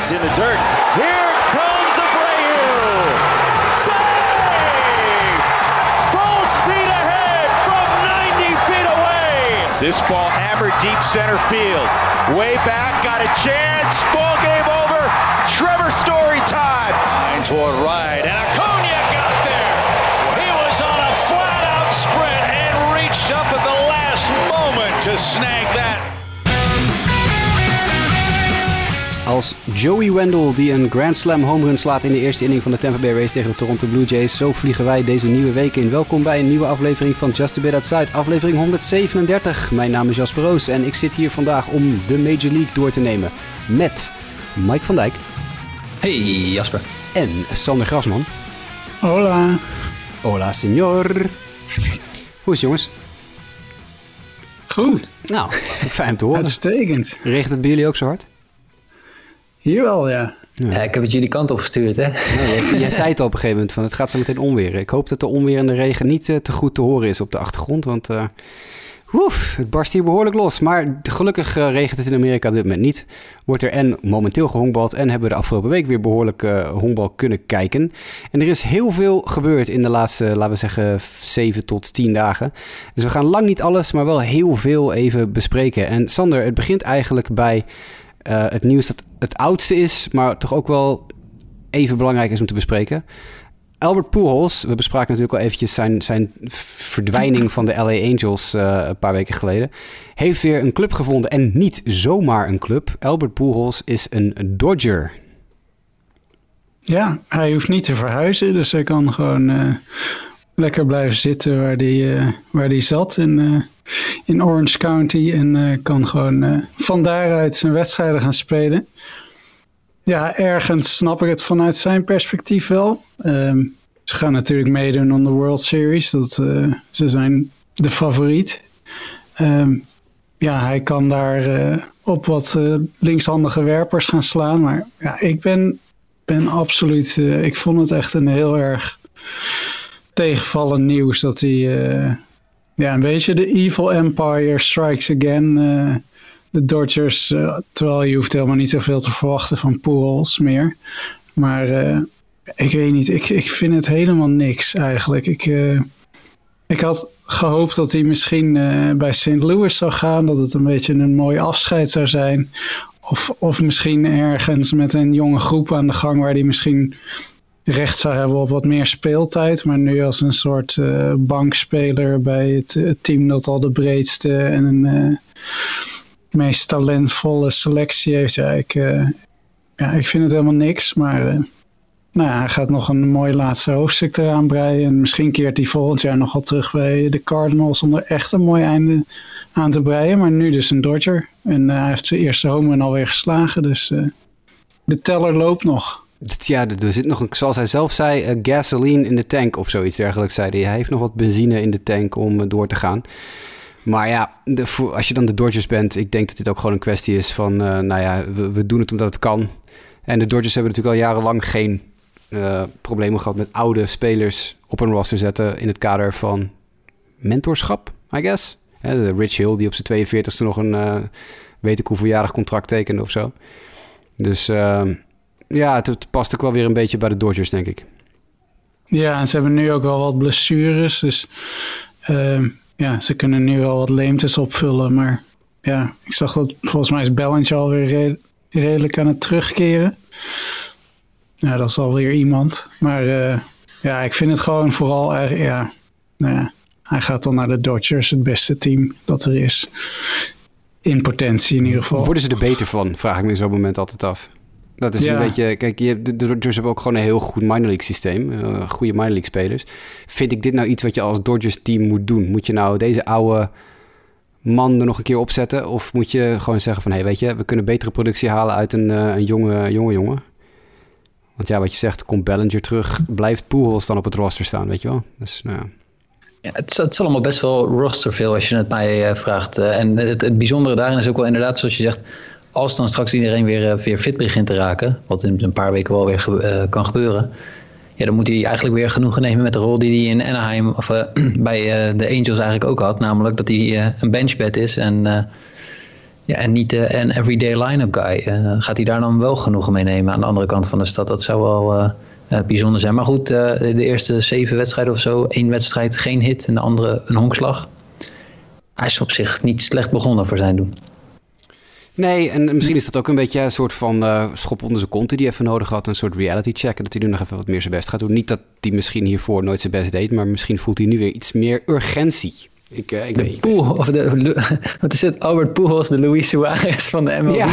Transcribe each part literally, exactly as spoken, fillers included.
It's in the dirt. Here comes Abreu. Save! Full speed ahead from ninety feet away. This ball hammered deep center field. Way back, got a chance. Ball game over. Trevor Story time. Line toward right, and Acuna got there. He was on a flat-out sprint and reached up at the last moment to snag that. Als Joey Wendell die een Grand Slam home run slaat in de eerste inning van de Tampa Bay Rays tegen de Toronto Blue Jays, zo vliegen wij deze nieuwe week in. Welkom bij een nieuwe aflevering van Just a Bit Outside, aflevering honderdzevenendertig. Mijn naam is Jasper Roos en ik zit hier vandaag om de Major League door te nemen met Mike van Dijk. Hey Jasper. En Sander Grasman. Hola. Hola, senor. Hoe is het, jongens? Goed. Nou, fijn om te horen. Uitstekend. Regent het bij jullie ook zo hard? Hier wel, ja. Ja. Ja, ik heb het jullie kant op gestuurd, hè? Nou, jij, jij zei het al op een gegeven moment, van het gaat zo meteen onweren. Ik hoop dat de onweer en de regen niet uh, te goed te horen is op de achtergrond, want uh, woef, het barst hier behoorlijk los. Maar gelukkig uh, regent het in Amerika op dit moment niet. Wordt er en momenteel gehonkbald en hebben we de afgelopen week weer behoorlijk uh, honkbal kunnen kijken. En er is heel veel gebeurd in de laatste, laten we zeggen, zeven tot tien dagen. Dus we gaan lang niet alles, maar wel heel veel even bespreken. En Sander, het begint eigenlijk bij Uh, het nieuws dat het oudste is, maar toch ook wel even belangrijk is om te bespreken. Albert Pujols, we bespraken natuurlijk al eventjes zijn, zijn verdwijning van de L A Angels uh, een paar weken geleden, heeft weer een club gevonden en niet zomaar een club. Albert Pujols is een Dodger. Ja, hij hoeft niet te verhuizen, dus hij kan gewoon uh, lekker blijven zitten waar hij uh, waar hij zat in, uh, in Orange County en uh, kan gewoon uh, van daaruit zijn wedstrijden gaan spelen. Ja, ergens snap ik het vanuit zijn perspectief wel. Um, ze gaan natuurlijk meedoen aan de World Series, dat, uh, ze zijn de favoriet. Um, ja, hij kan daar uh, op wat uh, linkshandige werpers gaan slaan, maar ja, ik ben, ben absoluut, uh, ik vond het echt een heel erg tegenvallend nieuws dat hij uh, ja, een beetje de evil empire strikes again. Uh, de Dodgers, uh, terwijl je hoeft helemaal niet zoveel te verwachten van Pujols meer. Maar uh, ik weet niet, ik, ik vind het helemaal niks eigenlijk. Ik, uh, ik had gehoopt dat hij misschien uh, bij Saint Louis zou gaan, dat het een beetje een mooi afscheid zou zijn. Of, of misschien ergens met een jonge groep aan de gang waar hij misschien recht zou hebben op wat meer speeltijd, maar nu als een soort uh, bankspeler bij het, het team dat al de breedste en een uh, meest talentvolle selectie heeft. Ja, ik, uh, ja, ik vind het helemaal niks, maar uh, nou ja, hij gaat nog een mooi laatste hoofdstuk eraan breien en misschien keert hij volgend jaar nog wel terug bij de Cardinals om er echt een mooi einde aan te breien, maar nu dus een Dodger en uh, hij heeft zijn eerste home run alweer geslagen, dus uh, de teller loopt nog. Ja, er zit nog een, zoals hij zelf zei, uh, gasoline in de tank of zoiets dergelijks, zei hij. Hij heeft nog wat benzine in de tank om uh, door te gaan. Maar ja, de, voor, als je dan de Dodgers bent, ik denk dat dit ook gewoon een kwestie is van, uh, nou ja, we, we doen het omdat het kan. En de Dodgers hebben natuurlijk al jarenlang geen uh, problemen gehad met oude spelers op een roster zetten in het kader van mentorschap, I guess. Uh, de Rich Hill, die op zijn tweeënveertigste nog een, uh, weet ik hoeveeljarig contract tekende of zo. Dus Uh, ja, het, het past ook wel weer een beetje bij de Dodgers, denk ik. Ja, en ze hebben nu ook wel wat blessures. Dus uh, ja, ze kunnen nu wel wat leemtes opvullen. Maar ja, ik zag dat volgens mij is Bellinger alweer re- redelijk aan het terugkeren. Ja, dat is alweer iemand. Maar uh, ja, ik vind het gewoon vooral erg, ja, nou ja, hij gaat dan naar de Dodgers, het beste team dat er is. In potentie in ieder geval. Worden ze er beter van, vraag ik me in zo'n moment altijd af. Dat is ja. een beetje, kijk, je, de Dodgers hebben ook gewoon een heel goed minor league systeem. Uh, goede minor league spelers. Vind ik dit nou iets wat je als Dodgers team moet doen? Moet je nou deze oude man er nog een keer opzetten? Of moet je gewoon zeggen van, hé, hey, weet je, we kunnen betere productie halen uit een, uh, een jonge, jonge jongen? Want ja, wat je zegt, komt Bellinger terug, blijft Pujols dan op het roster staan, weet je wel? Dus, nou ja. Ja, het, het is allemaal best wel rosterveel als je het mij uh, vraagt. Uh, en het, het bijzondere daarin is ook wel inderdaad, zoals je zegt, als dan straks iedereen weer, weer fit begint te raken, wat in een paar weken wel weer ge- uh, kan gebeuren, ja, dan moet hij eigenlijk weer genoegen nemen met de rol die hij in Anaheim of uh, bij uh, de Angels eigenlijk ook had. Namelijk dat hij uh, een benchbed is en uh, Ja, en niet uh, een everyday line-up guy. Uh, gaat hij daar dan wel genoegen mee nemen aan de andere kant van de stad? Dat zou wel uh, uh, bijzonder zijn. Maar goed, uh, de eerste zeven wedstrijden of zo, één wedstrijd geen hit en de andere een honkslag. Hij is op zich niet slecht begonnen voor zijn doen. Nee, en misschien is dat ook een beetje een soort van uh, schop onder zijn kont die hij even nodig had. Een soort reality check. En dat hij nu nog even wat meer zijn best gaat doen. Niet dat hij misschien hiervoor nooit zijn best deed, maar misschien voelt hij nu weer iets meer urgentie. Ik, uh, ik de weet Poel, of de, wat is het? Albert Pujols, de Luis Suarez van de M L B. Ja.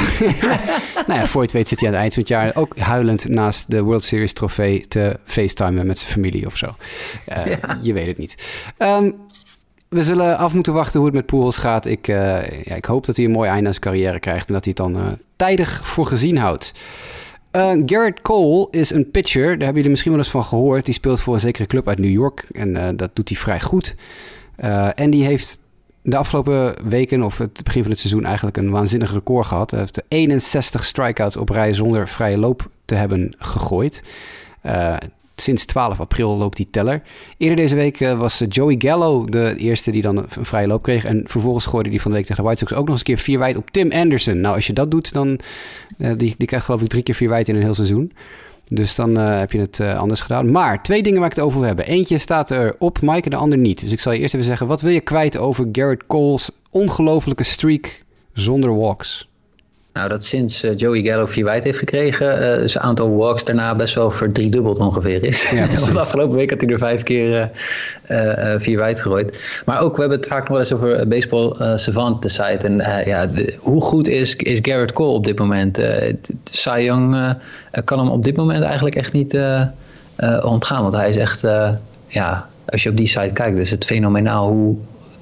Nou ja, voor je het weet zit hij aan het eind van het jaar ook huilend naast de World Series trofee te facetimen met zijn familie of zo. Uh, ja. Je weet het niet. Um, we zullen af moeten wachten hoe het met Pujols gaat. Ik, uh, ja, ik hoop dat hij een mooi einde aan zijn carrière krijgt en dat hij het dan uh, tijdig voor gezien houdt. Uh, Garrett Cole is een pitcher. Daar hebben jullie misschien wel eens van gehoord. Die speelt voor een zekere club uit New York en uh, dat doet hij vrij goed. Uh, en die heeft de afgelopen weken of het begin van het seizoen eigenlijk een waanzinnig record gehad. Hij heeft eenenzestig strikeouts op rij zonder vrije loop te hebben gegooid. Uh, sinds twaalf april loopt die teller. Eerder deze week uh, was Joey Gallo de eerste die dan een vrije loop kreeg. En vervolgens gooide hij van de week tegen de White Sox ook nog eens een keer vier wijd op Tim Anderson. Nou, als je dat doet, dan uh, die, die krijgt geloof ik drie keer vier wijd in een heel seizoen. Dus dan uh, heb je het uh, anders gedaan. Maar twee dingen waar ik het over wil hebben. Eentje staat er op Mike en de ander niet. Dus ik zal je eerst even zeggen, wat wil je kwijt over Garrett Cole's ongelofelijke streak zonder walks? Nou, dat sinds uh, Joey Gallo vier wijd heeft gekregen, uh, zijn aantal walks daarna best wel verdriedubbeld ongeveer is. Ja, want de afgelopen week had hij er vijf keer uh, uh, vier wijd gegooid. Maar ook, we hebben het vaak nog wel eens over Baseball uh, Savant, de site. En uh, ja, de, hoe goed is, is Garrett Cole op dit moment? Uh, Cy Young uh, kan hem op dit moment eigenlijk echt niet uh, uh, ontgaan. Want hij is echt, uh, ja, als je op die site kijkt, is het fenomenaal hoe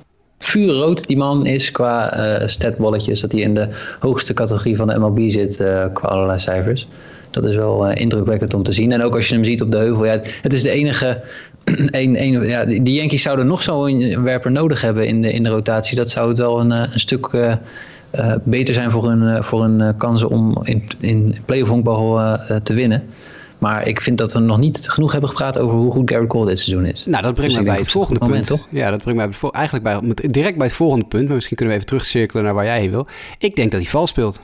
vuurrood die man is qua uh, statballetjes. Dat hij in de hoogste categorie van de M L B zit uh, qua allerlei cijfers. Dat is wel uh, indrukwekkend om te zien. En ook als je hem ziet op de heuvel. Ja, het is de enige... een, een, ja, die Yankees zouden nog zo'n werper nodig hebben in de, in de rotatie. Dat zou het wel een, een stuk uh, uh, beter zijn voor hun, uh, voor hun uh, kansen om in, in play-off honkbal uh, te winnen. Maar ik vind dat we nog niet genoeg hebben gepraat over hoe goed Garrett Cole dit seizoen is. Nou, dat brengt dus mij bij het volgende punt. Moment, toch? Ja, dat brengt mij bij, eigenlijk bij, direct bij het volgende punt. Maar misschien kunnen we even terugcirkelen naar waar jij heen wil. Ik denk dat hij vals speelt.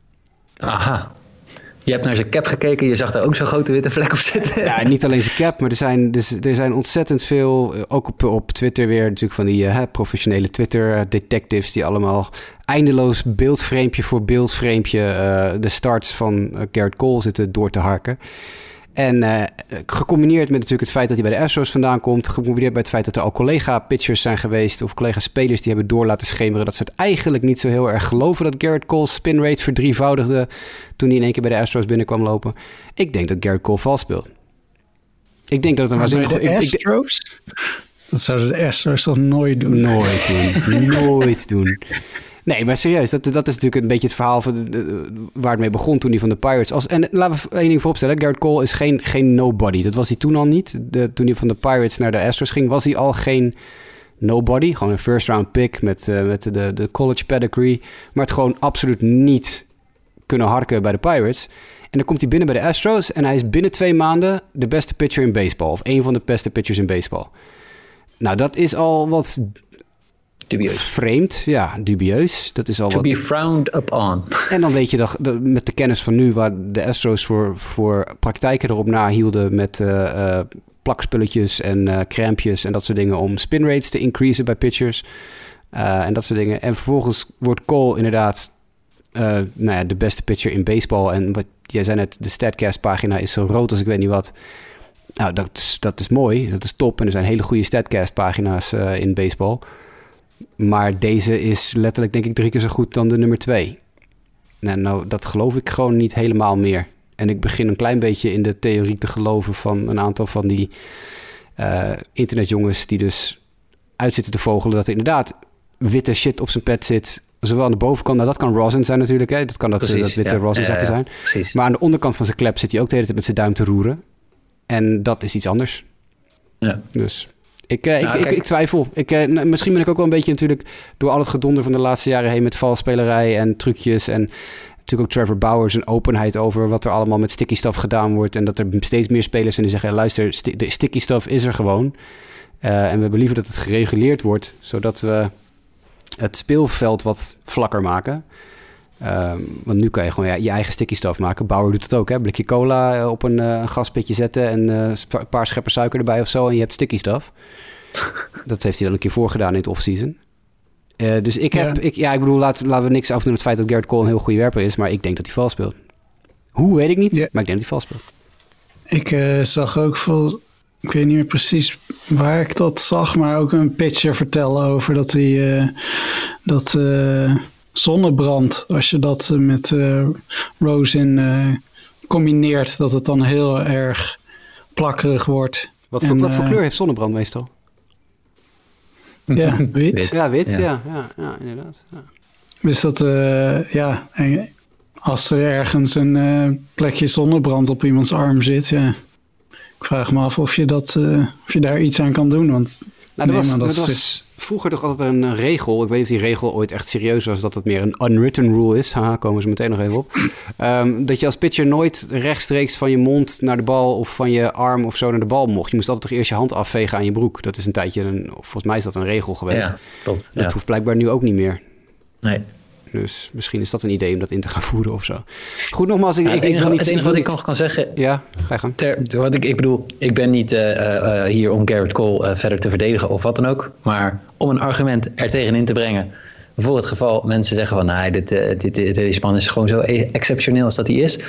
Aha. Je hebt naar zijn cap gekeken. Je zag daar ook zo'n grote witte vlek op zitten. Ja, niet alleen zijn cap. Maar er zijn, dus, er zijn ontzettend veel, ook op, op Twitter weer, natuurlijk van die uh, professionele Twitter-detectives die allemaal eindeloos beeldframepje voor beeldframepje uh, de starts van uh, Garrett Cole zitten door te harken. En uh, gecombineerd met natuurlijk het feit dat hij bij de Astros vandaan komt, gecombineerd bij het feit dat er al collega-pitchers zijn geweest of collega-spelers die hebben door laten schemeren dat ze het eigenlijk niet zo heel erg geloven dat Garrett Cole's spinrate verdrievoudigde toen hij in één keer bij de Astros binnenkwam lopen. Ik denk dat Garrett Cole vals speelt. Ik denk dat het een waanzinnig... Bij de Astros? Ik, ik, dat zouden de Astros toch nooit doen? Nooit doen. Nooit doen. Nee, maar serieus, dat, dat is natuurlijk een beetje het verhaal van de, de, waar het mee begon toen hij van de Pirates... Als, en laten we één ding vooropstellen, Garrett Cole is geen, geen nobody. Dat was hij toen al niet. De, toen hij van de Pirates naar de Astros ging, was hij al geen nobody. Gewoon een first round pick met, uh, met de, de college pedigree. Maar het gewoon absoluut niet kunnen harken bij de Pirates. En dan komt hij binnen bij de Astros en hij is binnen twee maanden de beste pitcher in baseball. Of een van de beste pitchers in baseball. Nou, dat is al wat... Dubieus. Vreemd, ja, dubieus. Dat is al to wat... be frowned upon. En dan weet je dat, dat met de kennis van nu, waar de Astros voor, voor praktijken erop nahielden met uh, uh, plakspulletjes en uh, crampjes en dat soort dingen om spin rates te increasen bij pitchers uh, en dat soort dingen. En vervolgens wordt Cole inderdaad uh, nou ja, de beste pitcher in baseball. En wat jij zei net, de Statcast pagina is zo rood als ik weet niet wat. Nou, dat is, dat is mooi, dat is top. En er zijn hele goede Statcast pagina's uh, in baseball. Maar deze is letterlijk, denk ik, drie keer zo goed dan de nummer twee. Nou, nou, dat geloof ik gewoon niet helemaal meer. En ik begin een klein beetje in de theorie te geloven van een aantal van die uh, internetjongens die dus uitzitten te vogelen dat er inderdaad witte shit op zijn pet zit. Zowel aan de bovenkant, nou dat kan rosin zijn natuurlijk, hè? Dat kan dat, precies, dat witte ja. rosinzakken ja, ja, zijn. Precies. Maar aan de onderkant van zijn klep zit hij ook de hele tijd met zijn duim te roeren. En dat is iets anders. Ja. Dus... Ik, uh, nou, ik, ik, ik twijfel. Ik, uh, misschien ben ik ook wel een beetje natuurlijk door al het gedonder van de laatste jaren heen met valsspelerij en trucjes en natuurlijk ook Trevor Bauer zijn openheid over wat er allemaal met sticky stuff gedaan wordt en dat er steeds meer spelers zijn die zeggen, luister, st- de sticky stuff is er gewoon. Uh, en we hebben liever dat het gereguleerd wordt, zodat we het speelveld wat vlakker maken. Um, want nu kan je gewoon ja, je eigen sticky stuff maken. Bauer doet het ook, hè? Blikje cola op een, uh, een gaspitje zetten en uh, een paar scheppen suiker erbij of zo en je hebt sticky stuff. Dat heeft hij dan een keer voorgedaan in het off-season. Uh, dus ik heb, ja, ik, ja, ik bedoel, laten, laten we niks afdoen het feit dat Garrett Cole een heel goede werper is, maar ik denk dat hij vals speelt. Hoe, weet ik niet, ja. Maar ik denk dat hij vals speelt. Ik uh, zag ook vol, ik weet niet meer precies waar ik dat zag, maar ook een pitcher vertellen over dat hij uh, dat uh, zonnebrand, als je dat uh, met uh, rosin uh, combineert, dat het dan heel erg plakkerig wordt. Wat voor, en, wat voor uh, kleur heeft zonnebrand meestal? Ja, wit. Ja, wit, ja, ja, ja, ja inderdaad. Ja. Dus dat, uh, ja, als er ergens een uh, plekje zonnebrand op iemands arm zit, ja, ik vraag me af of je, dat, uh, of je daar iets aan kan doen. Want nou, er was, nee, dat er was vroeger toch altijd een regel, ik weet niet of die regel ooit echt serieus was, dat het meer een unwritten rule is, haha, komen ze meteen nog even op, um, dat je als pitcher nooit rechtstreeks van je mond naar de bal of van je arm of zo naar de bal mocht. Je moest altijd toch eerst je hand afvegen aan je broek. Dat is een tijdje, een, volgens mij is dat een regel geweest. Ja, klopt. Dat ja. hoeft blijkbaar nu ook niet meer. Nee. Dus misschien is dat een idee om dat in te gaan voeren of zo. Goed, nogmaals, ik, ja, het ik, enige, ik niet, het enige wat niet... ik nog kan zeggen... Ja, ga je gang. Ter, wat ik, ik bedoel, ik ben niet uh, uh, hier om Garrett Cole uh, verder te verdedigen of wat dan ook. Maar om een argument er tegenin te brengen. Voor het geval mensen zeggen van... Nee, dit, uh, dit, dit, deze man is gewoon zo exceptioneel als dat hij is.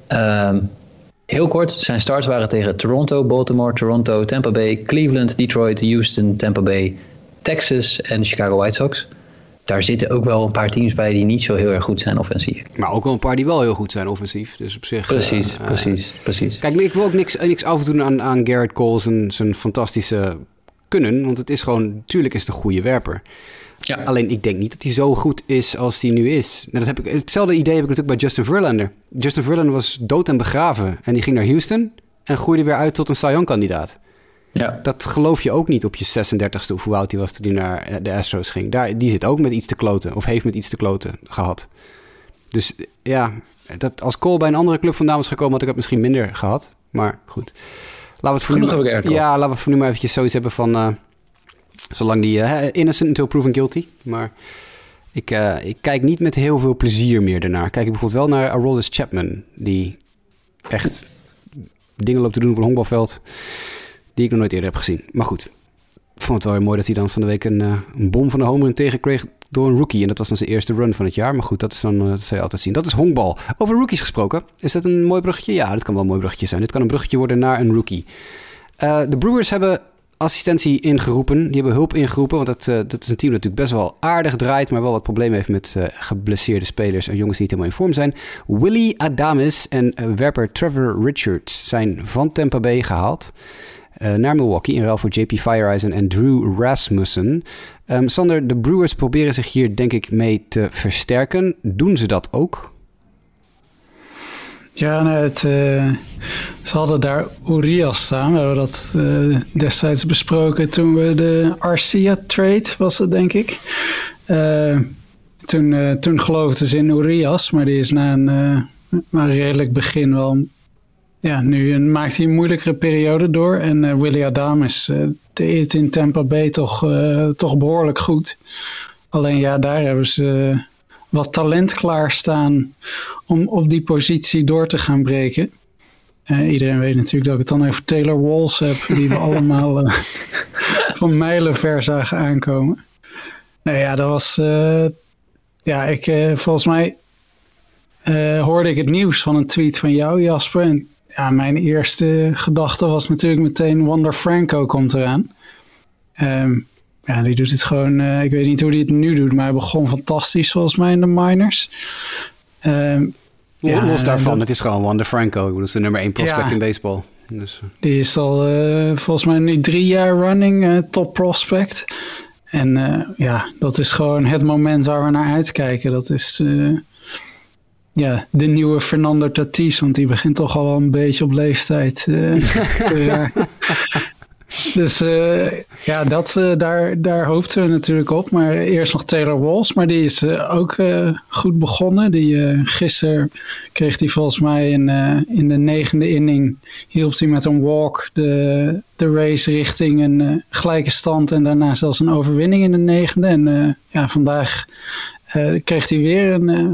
Um, heel kort, zijn starts waren tegen Toronto, Baltimore, Toronto, Tampa Bay, Cleveland, Detroit, Houston, Tampa Bay, Texas en de Chicago White Sox. Daar zitten ook wel een paar teams bij die niet zo heel erg goed zijn offensief. Maar ook wel een paar die wel heel goed zijn offensief. Dus op zich... Precies, uh, precies, uh, precies. Kijk, ik wil ook niks, niks afdoen aan, aan Garrett Cole zijn, zijn fantastische kunnen. Want het is gewoon... Natuurlijk is het een goede werper. Ja. Alleen ik denk niet dat hij zo goed is als hij nu is. Nou, dat heb ik, hetzelfde idee heb ik natuurlijk bij Justin Verlander. Justin Verlander was dood en begraven. En die ging naar Houston en groeide weer uit tot een Cy Young kandidaat. Ja. Dat geloof je ook niet op je zesendertigste of hoe oud hij was toen hij naar de Astros ging. Daar, die zit ook met iets te kloten of heeft met iets te kloten gehad. Dus ja, dat, als Cole bij een andere club vandaan was gekomen had ik het misschien minder gehad. Maar goed. Laten we het voor Genoeg nu, heb ik er ja, laten we het voor nu maar eventjes zoiets hebben van... Uh, zolang die uh, innocent until proven guilty. Maar ik, uh, ik kijk niet met heel veel plezier meer daarnaar. Kijk ik bijvoorbeeld wel naar Aroldis Chapman. Die echt dingen loopt te doen op een honkbalveld... die ik nog nooit eerder heb gezien. Maar goed, ik vond het wel weer mooi dat hij dan van de week een, uh, een bom van de home run tegenkreeg door een rookie. En dat was dan zijn eerste run van het jaar. Maar goed, dat, is dan, uh, dat zal je altijd zien. Dat is honkbal. Over rookies gesproken. Is dat een mooi bruggetje? Ja, dat kan wel een mooi bruggetje zijn. Dit kan een bruggetje worden naar een rookie. Uh, de Brewers hebben assistentie ingeroepen. Die hebben hulp ingeroepen. Want dat, uh, dat is een team dat natuurlijk best wel aardig draait. Maar wel wat problemen heeft met uh, geblesseerde spelers. En jongens die niet helemaal in vorm zijn. Willy Adames en uh, werper Trevor Richards zijn van Tampa Bay gehaald. Uh, naar Milwaukee in ruil voor J P Fireisen en Drew Rasmussen. Um, Sander, de Brewers proberen zich hier denk ik mee te versterken. Doen ze dat ook? Ja, nou, het, uh, ze hadden daar Urias staan. We hebben dat uh, destijds besproken toen we de Arcia-trade was het, denk ik. Uh, toen, uh, toen geloofden ze in Urias, maar die is na een, uh, maar een redelijk begin wel... Ja, nu maakt hij een moeilijkere periode door. En uh, Willy Adames uh, deed het in Tampa Bay toch, uh, toch behoorlijk goed. Alleen ja, daar hebben ze uh, wat talent klaarstaan om op die positie door te gaan breken. Uh, iedereen weet natuurlijk dat ik het dan over Taylor Walls heb, die we allemaal uh, van mijlenver zagen aankomen. Nou ja, dat was... Uh, ja, ik uh, volgens mij uh, hoorde ik het nieuws van een tweet van jou, Jasper. En ja, mijn eerste gedachte was natuurlijk meteen Wander Franco komt eraan. Um, ja, die doet het gewoon... Uh, ik weet niet hoe hij het nu doet, maar hij begon fantastisch volgens mij in de minors. Um, ja, Los daarvan, dat, het is gewoon Wander Franco. Ik bedoel, dat is de nummer één prospect ja, in baseball. Dus. Die is al uh, volgens mij nu drie jaar running uh, top prospect. En uh, ja, dat is gewoon het moment waar we naar uitkijken. Dat is... Uh, Ja, de nieuwe Fernando Tatis, want die begint toch al wel een beetje op leeftijd uh, te raken. Dus uh, ja, dat, uh, daar, daar hoopten we natuurlijk op. Maar eerst nog Taylor Walls, maar die is uh, ook uh, goed begonnen. Die, uh, gisteren kreeg hij volgens mij in, uh, in de negende inning, hielp hij met een walk de, de race richting een uh, gelijke stand. En daarna zelfs een overwinning in de negende. En uh, ja, vandaag uh, kreeg hij weer een... Uh,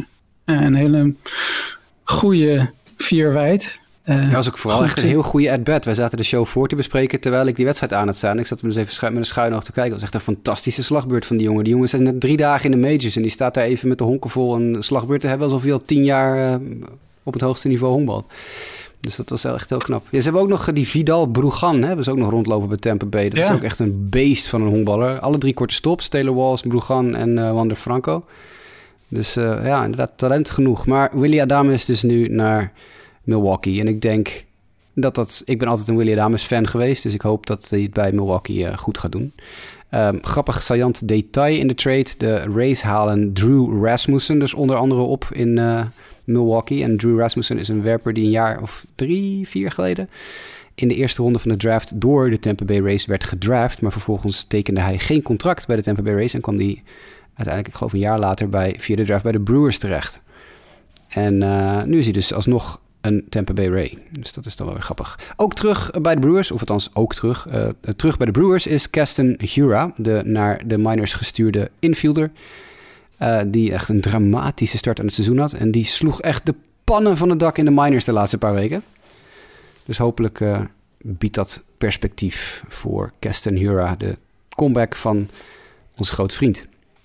een hele goede vier wijd. Uh, dat was ook vooral echt een heel goede at-bat. Wij zaten de show voor te bespreken terwijl ik die wedstrijd aan had staan. Ik zat hem dus even schu- met een schuin oog te kijken. Het was echt een fantastische slagbeurt van die jongen. Die jongen is net drie dagen in de majors en die staat daar even met de honken vol een slagbeurt te hebben alsof hij al tien jaar uh, op het hoogste niveau honkbalt. Dus dat was echt heel knap. Ja, ze hebben ook nog die Vidal Brugan, hè, hebben ze ook nog rondlopen bij Tampa Bay. Dat ja. is ook echt een beest van een honkballer. Alle drie korte stops, Taylor Walsh, Brugan en uh, Wander Franco. Dus uh, ja, inderdaad talent genoeg. Maar Willy Adames is dus nu naar Milwaukee. En ik denk dat dat... Ik ben altijd een Willy Adames fan geweest, dus ik hoop dat hij het bij Milwaukee uh, goed gaat doen. Um, grappig saillant detail in de trade. De Rays halen Drew Rasmussen dus onder andere op in uh, Milwaukee. En Drew Rasmussen is een werper die een jaar of drie, vier geleden in de eerste ronde van de draft door de Tampa Bay Rays werd gedraft. Maar vervolgens tekende hij geen contract bij de Tampa Bay Rays en kwam die uiteindelijk, ik geloof een jaar later, bij, via de draft bij de Brewers terecht. En uh, nu is hij dus alsnog een Tampa Bay Ray. Dus dat is dan wel weer grappig. Ook terug bij de Brewers, of althans ook terug. Uh, terug bij de Brewers is Keston Hiura, de naar de minors gestuurde infielder. Uh, die echt een dramatische start aan het seizoen had. En die sloeg echt de pannen van het dak in de minors de laatste paar weken. Dus hopelijk uh, biedt dat perspectief voor Keston Hiura, de comeback van onze grote vriend.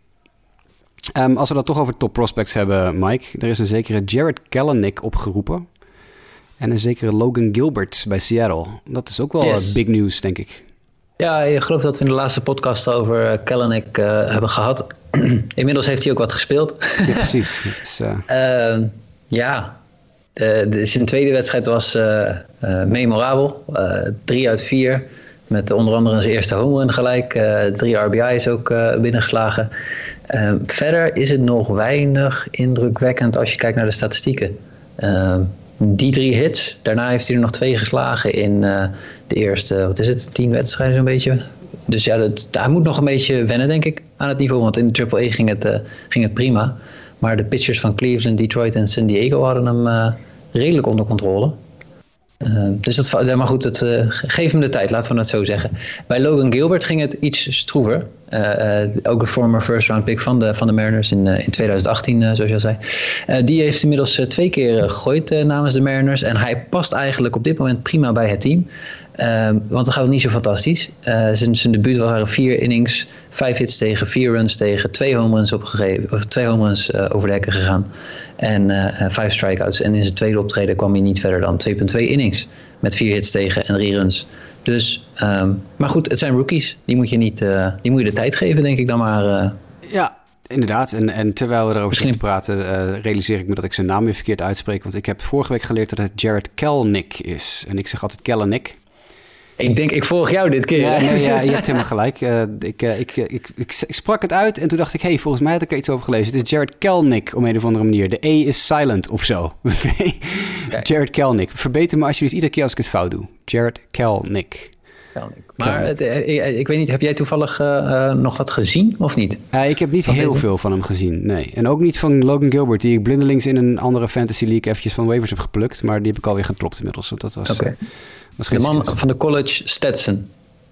Um, als we dat toch over top prospects hebben, Mike. Er is een zekere Jared Kelenic opgeroepen. En een zekere Logan Gilbert bij Seattle. Dat is ook wel yes. big news, denk ik. Ja, ik geloof dat we in de laatste podcast over Kelenic uh, hebben gehad. Inmiddels heeft hij ook wat gespeeld. Ja, precies. is, uh... uh, ja, de, de, zijn tweede wedstrijd was uh, uh, memorabel. Uh, drie uit vier. Met onder andere zijn eerste home run gelijk. Uh, drie R B I's ook uh, binnengeslagen. Uh, verder is het nog weinig indrukwekkend als je kijkt naar de statistieken. Uh, die drie hits, daarna heeft hij er nog twee geslagen in uh, de eerste, wat is het, tien wedstrijden zo'n beetje. Dus ja, dat, hij moet nog een beetje wennen, denk ik, aan het niveau. Want in de triple A ging het, uh, ging het prima. Maar de pitchers van Cleveland, Detroit en San Diego hadden hem uh, redelijk onder controle. Uh, dus dat, maar goed, het, uh, geef hem de tijd, laten we het zo zeggen. Bij Logan Gilbert ging het iets stroever. Uh, uh, ook een former first round pick van de, van de Mariners in, uh, in twintig achttien, uh, zoals je al zei. Uh, die heeft inmiddels uh, twee keer uh, gegooid uh, namens de Mariners. En hij past eigenlijk op dit moment prima bij het team. Uh, want dan gaat het niet zo fantastisch. Uh, zijn, zijn debuut waren vier innings, vijf hits tegen, vier runs tegen, twee home runs opgegeven, of twee home runs uh, over de hekken gegaan. En uh, vijf strikeouts. En in zijn tweede optreden kwam hij niet verder dan twee komma twee innings. Met vier hits tegen en drie runs. Dus, um, maar goed, het zijn rookies. Die moet je, niet, uh, die moet je de tijd geven, denk ik dan maar. Uh. Ja, inderdaad. En, en terwijl we erover Misschien... zitten praten, uh, realiseer ik me dat ik zijn naam weer verkeerd uitspreek. Want ik heb vorige week geleerd dat het Jared Kelenic is. En ik zeg altijd Kelenic. Ik denk, ik volg jou dit keer. Ja, nee, ja je hebt helemaal gelijk. Uh, ik, uh, ik, ik, ik, ik, ik sprak het uit en toen dacht ik, hé, hey, volgens mij had ik er iets over gelezen. Het is Jared Kelenic op een of andere manier. De E is silent of zo. Okay. Jared Kelenic. Verbeter me alsjeblieft iedere keer als ik het fout doe. Jared Kelenic. Maar het, ik, ik weet niet, heb jij toevallig uh, uh, nog wat gezien of niet? Uh, ik heb niet van heel deze? veel van hem gezien, nee. En ook niet van Logan Gilbert, die ik blindelings in een andere fantasy league eventjes van waivers heb geplukt. Maar die heb ik alweer gedropt inmiddels. Want dat was, okay. was de man succes. Van de college Stetson.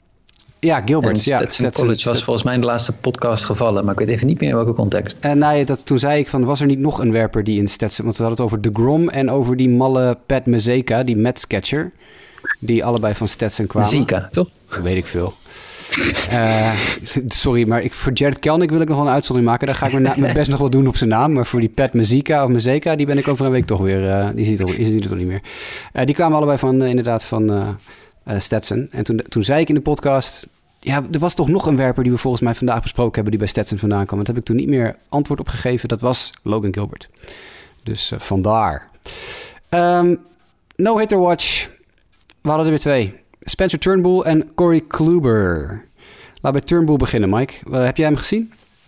Ja, Gilbert. En Stetson, ja, Stetson College was volgens mij in de laatste podcast gevallen. Maar ik weet even niet meer in welke context. En nou, dat, toen zei ik van, was er niet nog een werper die in Stetson... Want we hadden het over DeGrom en over die malle Pat Mazeka, die Mets catcher. Die allebei van Stetson kwamen. Mazeka, toch? Dat weet ik veel. Uh, sorry, maar ik, voor Jared Kelenic wil ik nog wel een uitzondering maken. Daar ga ik mijn, na- mijn best nog wel doen op zijn naam. Maar voor die Pat Mazeka of Mazeka, die ben ik over een week toch weer... Uh, die ziet er, is die er toch niet meer. Uh, die kwamen allebei van, uh, inderdaad van uh, uh, Stetson. En toen, toen zei ik in de podcast... Ja, er was toch nog een werper die we volgens mij vandaag besproken hebben... die bij Stetson vandaan kwam. Dat heb ik toen niet meer antwoord op gegeven. Dat was Logan Gilbert. Dus uh, vandaar. Um, no-hitter watch... We hadden er weer twee. Spencer Turnbull en Corey Kluber. Laten we bij Turnbull beginnen, Mike. Uh, heb jij hem gezien?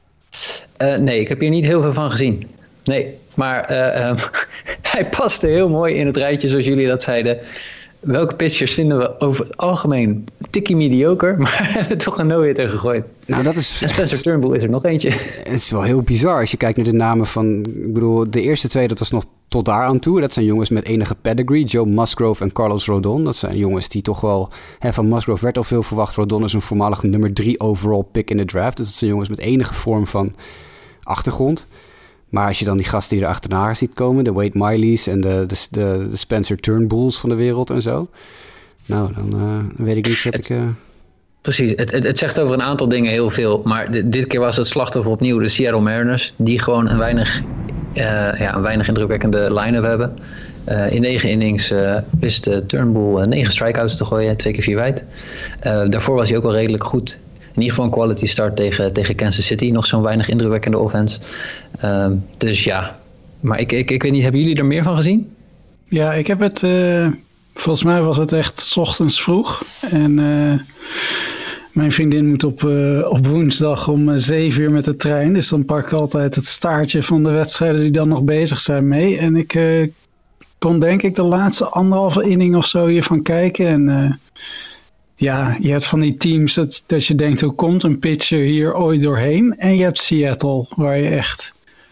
Uh, nee, ik heb hier niet heel veel van gezien. Nee, maar uh, um, hij paste heel mooi in het rijtje, zoals jullie dat zeiden. Welke pitchers vinden we over het algemeen tikkie mediocre, maar hebben toch een no-hitter gegooid? Nou, dat is en Spencer Turnbull is er nog eentje. Het is wel heel bizar als je kijkt naar de namen van... Ik bedoel, de eerste twee, dat was nog tot daar aan toe. Dat zijn jongens met enige pedigree. Joe Musgrove en Carlos Rodon. Dat zijn jongens die toch wel... Hè, van Musgrove werd al veel verwacht. Rodon is een voormalig nummer drie overall pick in de draft. Dus dat zijn jongens met enige vorm van achtergrond. Maar als je dan die gasten die er achterna ziet komen... de Wade Miley's en de, de, de, de Spencer Turnbulls van de wereld en zo... nou, dan uh, weet ik niet dat het, ik... Uh... Precies, het, het, het zegt over een aantal dingen heel veel. Maar dit, dit keer was het slachtoffer opnieuw de Seattle Mariners... die gewoon een weinig, uh, ja, een weinig indrukwekkende line-up hebben... Uh, in negen innings uh, wist uh, Turnbull uh, negen strikeouts te gooien, twee keer vier wijd. Uh, daarvoor was hij ook wel redelijk goed. In ieder geval een quality start tegen, tegen Kansas City. Nog zo'n weinig indrukwekkende offense. Uh, dus ja, maar ik, ik, ik weet niet, hebben jullie er meer van gezien? Ja, ik heb het... Uh, volgens mij was het echt 's ochtends vroeg. En uh, mijn vriendin moet op, uh, op woensdag om uh, zeven uur met de trein. Dus dan pak ik altijd het staartje van de wedstrijden die dan nog bezig zijn mee. En ik... Uh, kon denk ik de laatste anderhalve inning of zo hiervan kijken. En uh, ja, je hebt van die teams dat, dat je denkt, hoe komt een pitcher hier ooit doorheen? En je hebt Seattle, waar je echt...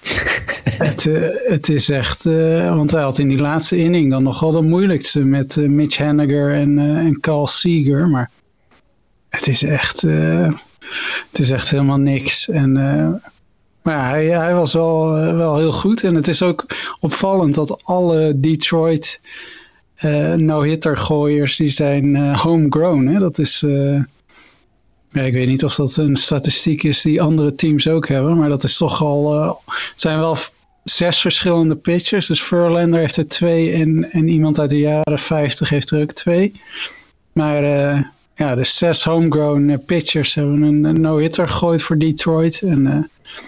het, uh, het is echt... Uh, want hij had in die laatste inning dan nogal de moeilijkste met uh, Mitch Haniger en, uh, en Carl Seager. Maar het is echt... Uh, het is echt helemaal niks. En... Uh, Maar ja, hij, hij was wel, uh, wel heel goed. En het is ook opvallend dat alle Detroit uh, no-hitter gooiers, die zijn uh, homegrown. Hè? Dat is, uh, ja, ik weet niet of dat een statistiek is die andere teams ook hebben. Maar dat is toch al, uh, het zijn wel zes verschillende pitchers. Dus Verlander heeft er twee en, en iemand uit de jaren vijftig heeft er ook twee. Maar uh, ja, de zes homegrown uh, pitchers hebben een, een no-hitter gegooid voor Detroit. En... Uh,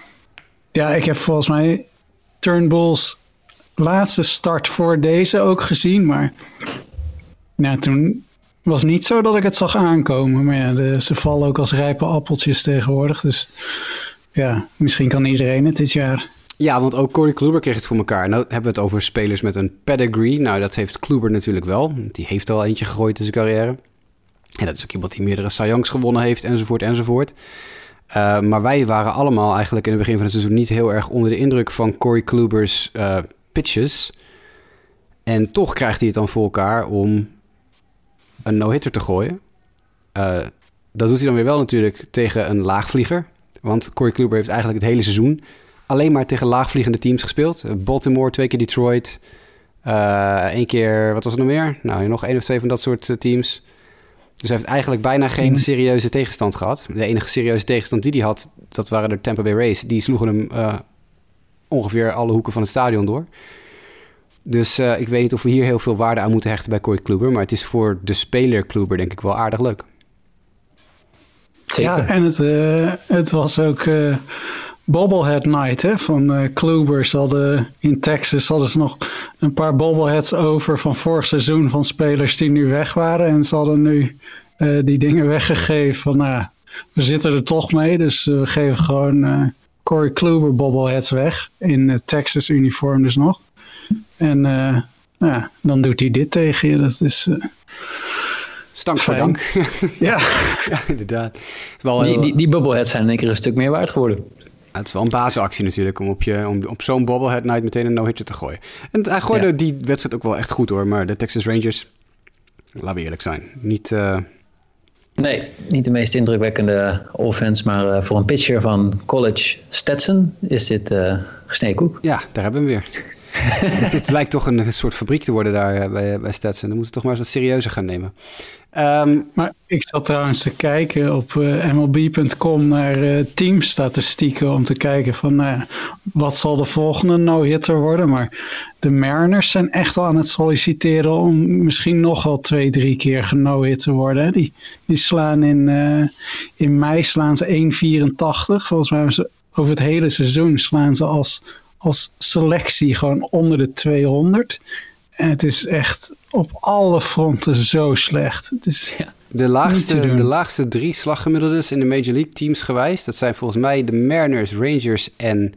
Ja, ik heb volgens mij Turnbull's laatste start voor deze ook gezien. Maar nou, toen was het niet zo dat ik het zag aankomen. Maar ja, de, ze vallen ook als rijpe appeltjes tegenwoordig. Dus ja, misschien kan iedereen het dit jaar. Ja, want ook Corey Kluber kreeg het voor elkaar. Nou hebben we het over spelers met een pedigree. Nou, dat heeft Kluber natuurlijk wel. Die heeft al eentje gegooid in zijn carrière. En dat is ook iemand die meerdere Cy Youngs gewonnen heeft, enzovoort, enzovoort. Uh, maar wij waren allemaal eigenlijk in het begin van het seizoen niet heel erg onder de indruk van Corey Kluber's uh, pitches. En toch krijgt hij het dan voor elkaar om een no-hitter te gooien. Uh, dat doet hij dan weer wel natuurlijk tegen een laagvlieger. Want Corey Kluber heeft eigenlijk het hele seizoen alleen maar tegen laagvliegende teams gespeeld. Baltimore, twee keer Detroit. Uh, één keer, wat was er nog meer? Nou, nog één of twee van dat soort uh, teams. Dus hij heeft eigenlijk bijna geen serieuze tegenstand gehad. De enige serieuze tegenstand die hij had, dat waren de Tampa Bay Rays. Die sloegen hem uh, ongeveer alle hoeken van het stadion door. Dus uh, ik weet niet of we hier heel veel waarde aan moeten hechten bij Corey Kluber. Maar het is voor de speler Kluber denk ik wel aardig leuk. Zeker. Ja, en het, uh, het was ook uh, bobblehead night hè, van uh, Kluber. Ze hadden, in Texas hadden ze nog een paar bobbleheads over van vorig seizoen van spelers die nu weg waren. En ze hadden nu uh, die dingen weggegeven van, nou, we zitten er toch mee. Dus uh, we geven gewoon uh, Corey Kluber bobbleheads weg. In uh, Texas uniform dus nog. En uh, nou, dan doet hij dit tegen je. Dat is... Uh, Stank voor dank. Ja. Ja, inderdaad. Wel die, heel... die, die bubbleheads zijn in één keer een stuk meer waard geworden. Ja, het is wel een basisactie natuurlijk om op, je, om op zo'n bobblehead night meteen een no-hitter te gooien. En hij gooide ja. die wedstrijd ook wel echt goed hoor. Maar de Texas Rangers, laten we eerlijk zijn, niet... Uh... Nee, niet de meest indrukwekkende offense. Maar uh, voor een pitcher van college Stetson is dit uh, gesneden koek. Ja, daar hebben we hem weer. Dit blijkt toch een soort fabriek te worden daar bij, bij Stetson. Dan moeten we toch maar eens wat serieuzer gaan nemen. Um, maar ik zat trouwens te kijken op uh, M L B punt com naar uh, teamstatistieken om te kijken van uh, wat zal de volgende no-hitter worden. Maar de Mariners zijn echt al aan het solliciteren om misschien nog wel twee, drie keer geno-hit te worden. Hè. Die, die slaan in, uh, in mei slaan ze één komma vierentachtig. Volgens mij hebben ze over het hele seizoen slaan ze als... als selectie gewoon onder de tweehonderd. En het is echt op alle fronten zo slecht. Het is ja. de, laagste, de laagste drie slaggemiddeldes in de Major League teams geweest. Dat zijn volgens mij de Mariners, Rangers en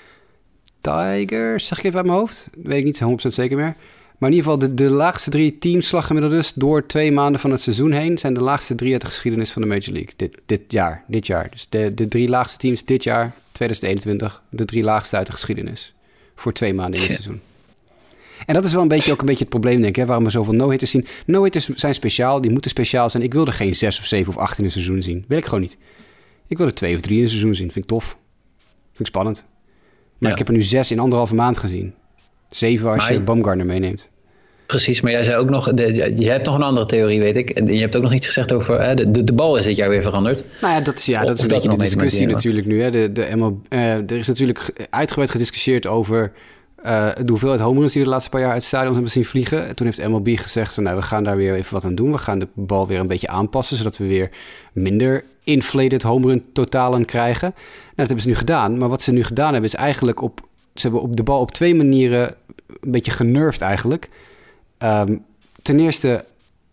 Tigers. Zeg ik even uit mijn hoofd. Weet ik niet honderd procent zeker meer. Maar in ieder geval de, de laagste drie teams slaggemiddeldes door twee maanden van het seizoen heen zijn de laagste drie uit de geschiedenis van de Major League. Dit, dit jaar. Dit jaar. Dus de, de drie laagste teams dit jaar, twintig eenentwintig, de drie laagste uit de geschiedenis. Voor twee maanden in het ja. seizoen. En dat is wel een beetje ook een beetje het probleem, denk ik, hè, waarom we zoveel no-hitters zien. No-hitters zijn speciaal, die moeten speciaal zijn. Ik wil er geen zes of zeven of acht in een seizoen zien. Wil ik gewoon niet. Ik wil er twee of drie in een seizoen zien. Vind ik tof. Vind ik spannend. Maar Ja. ik heb er nu zes in anderhalve maand gezien. Zeven als Maar- je Baumgartner meeneemt. Precies, maar jij zei ook nog, de, je hebt nog een andere theorie, weet ik. En je hebt ook nog iets gezegd over, hè, de, de, de bal is dit jaar weer veranderd. Nou ja, dat is, ja, Of- dat is of een dat beetje er de nog mee te discussie maken heeft. natuurlijk nu. Hè. De, de M L B, eh, er is natuurlijk uitgebreid gediscussieerd over uh, de hoeveelheid home runs die we de laatste paar jaar uit het stadion hebben zien vliegen. En toen heeft M L B gezegd van nou, we gaan daar weer even wat aan doen. We gaan de bal weer een beetje aanpassen, zodat we weer minder inflated home run totalen krijgen. Nou, dat hebben ze nu gedaan. Maar wat ze nu gedaan hebben is eigenlijk op, ze hebben op de bal op twee manieren een beetje genervd eigenlijk. Um, ten eerste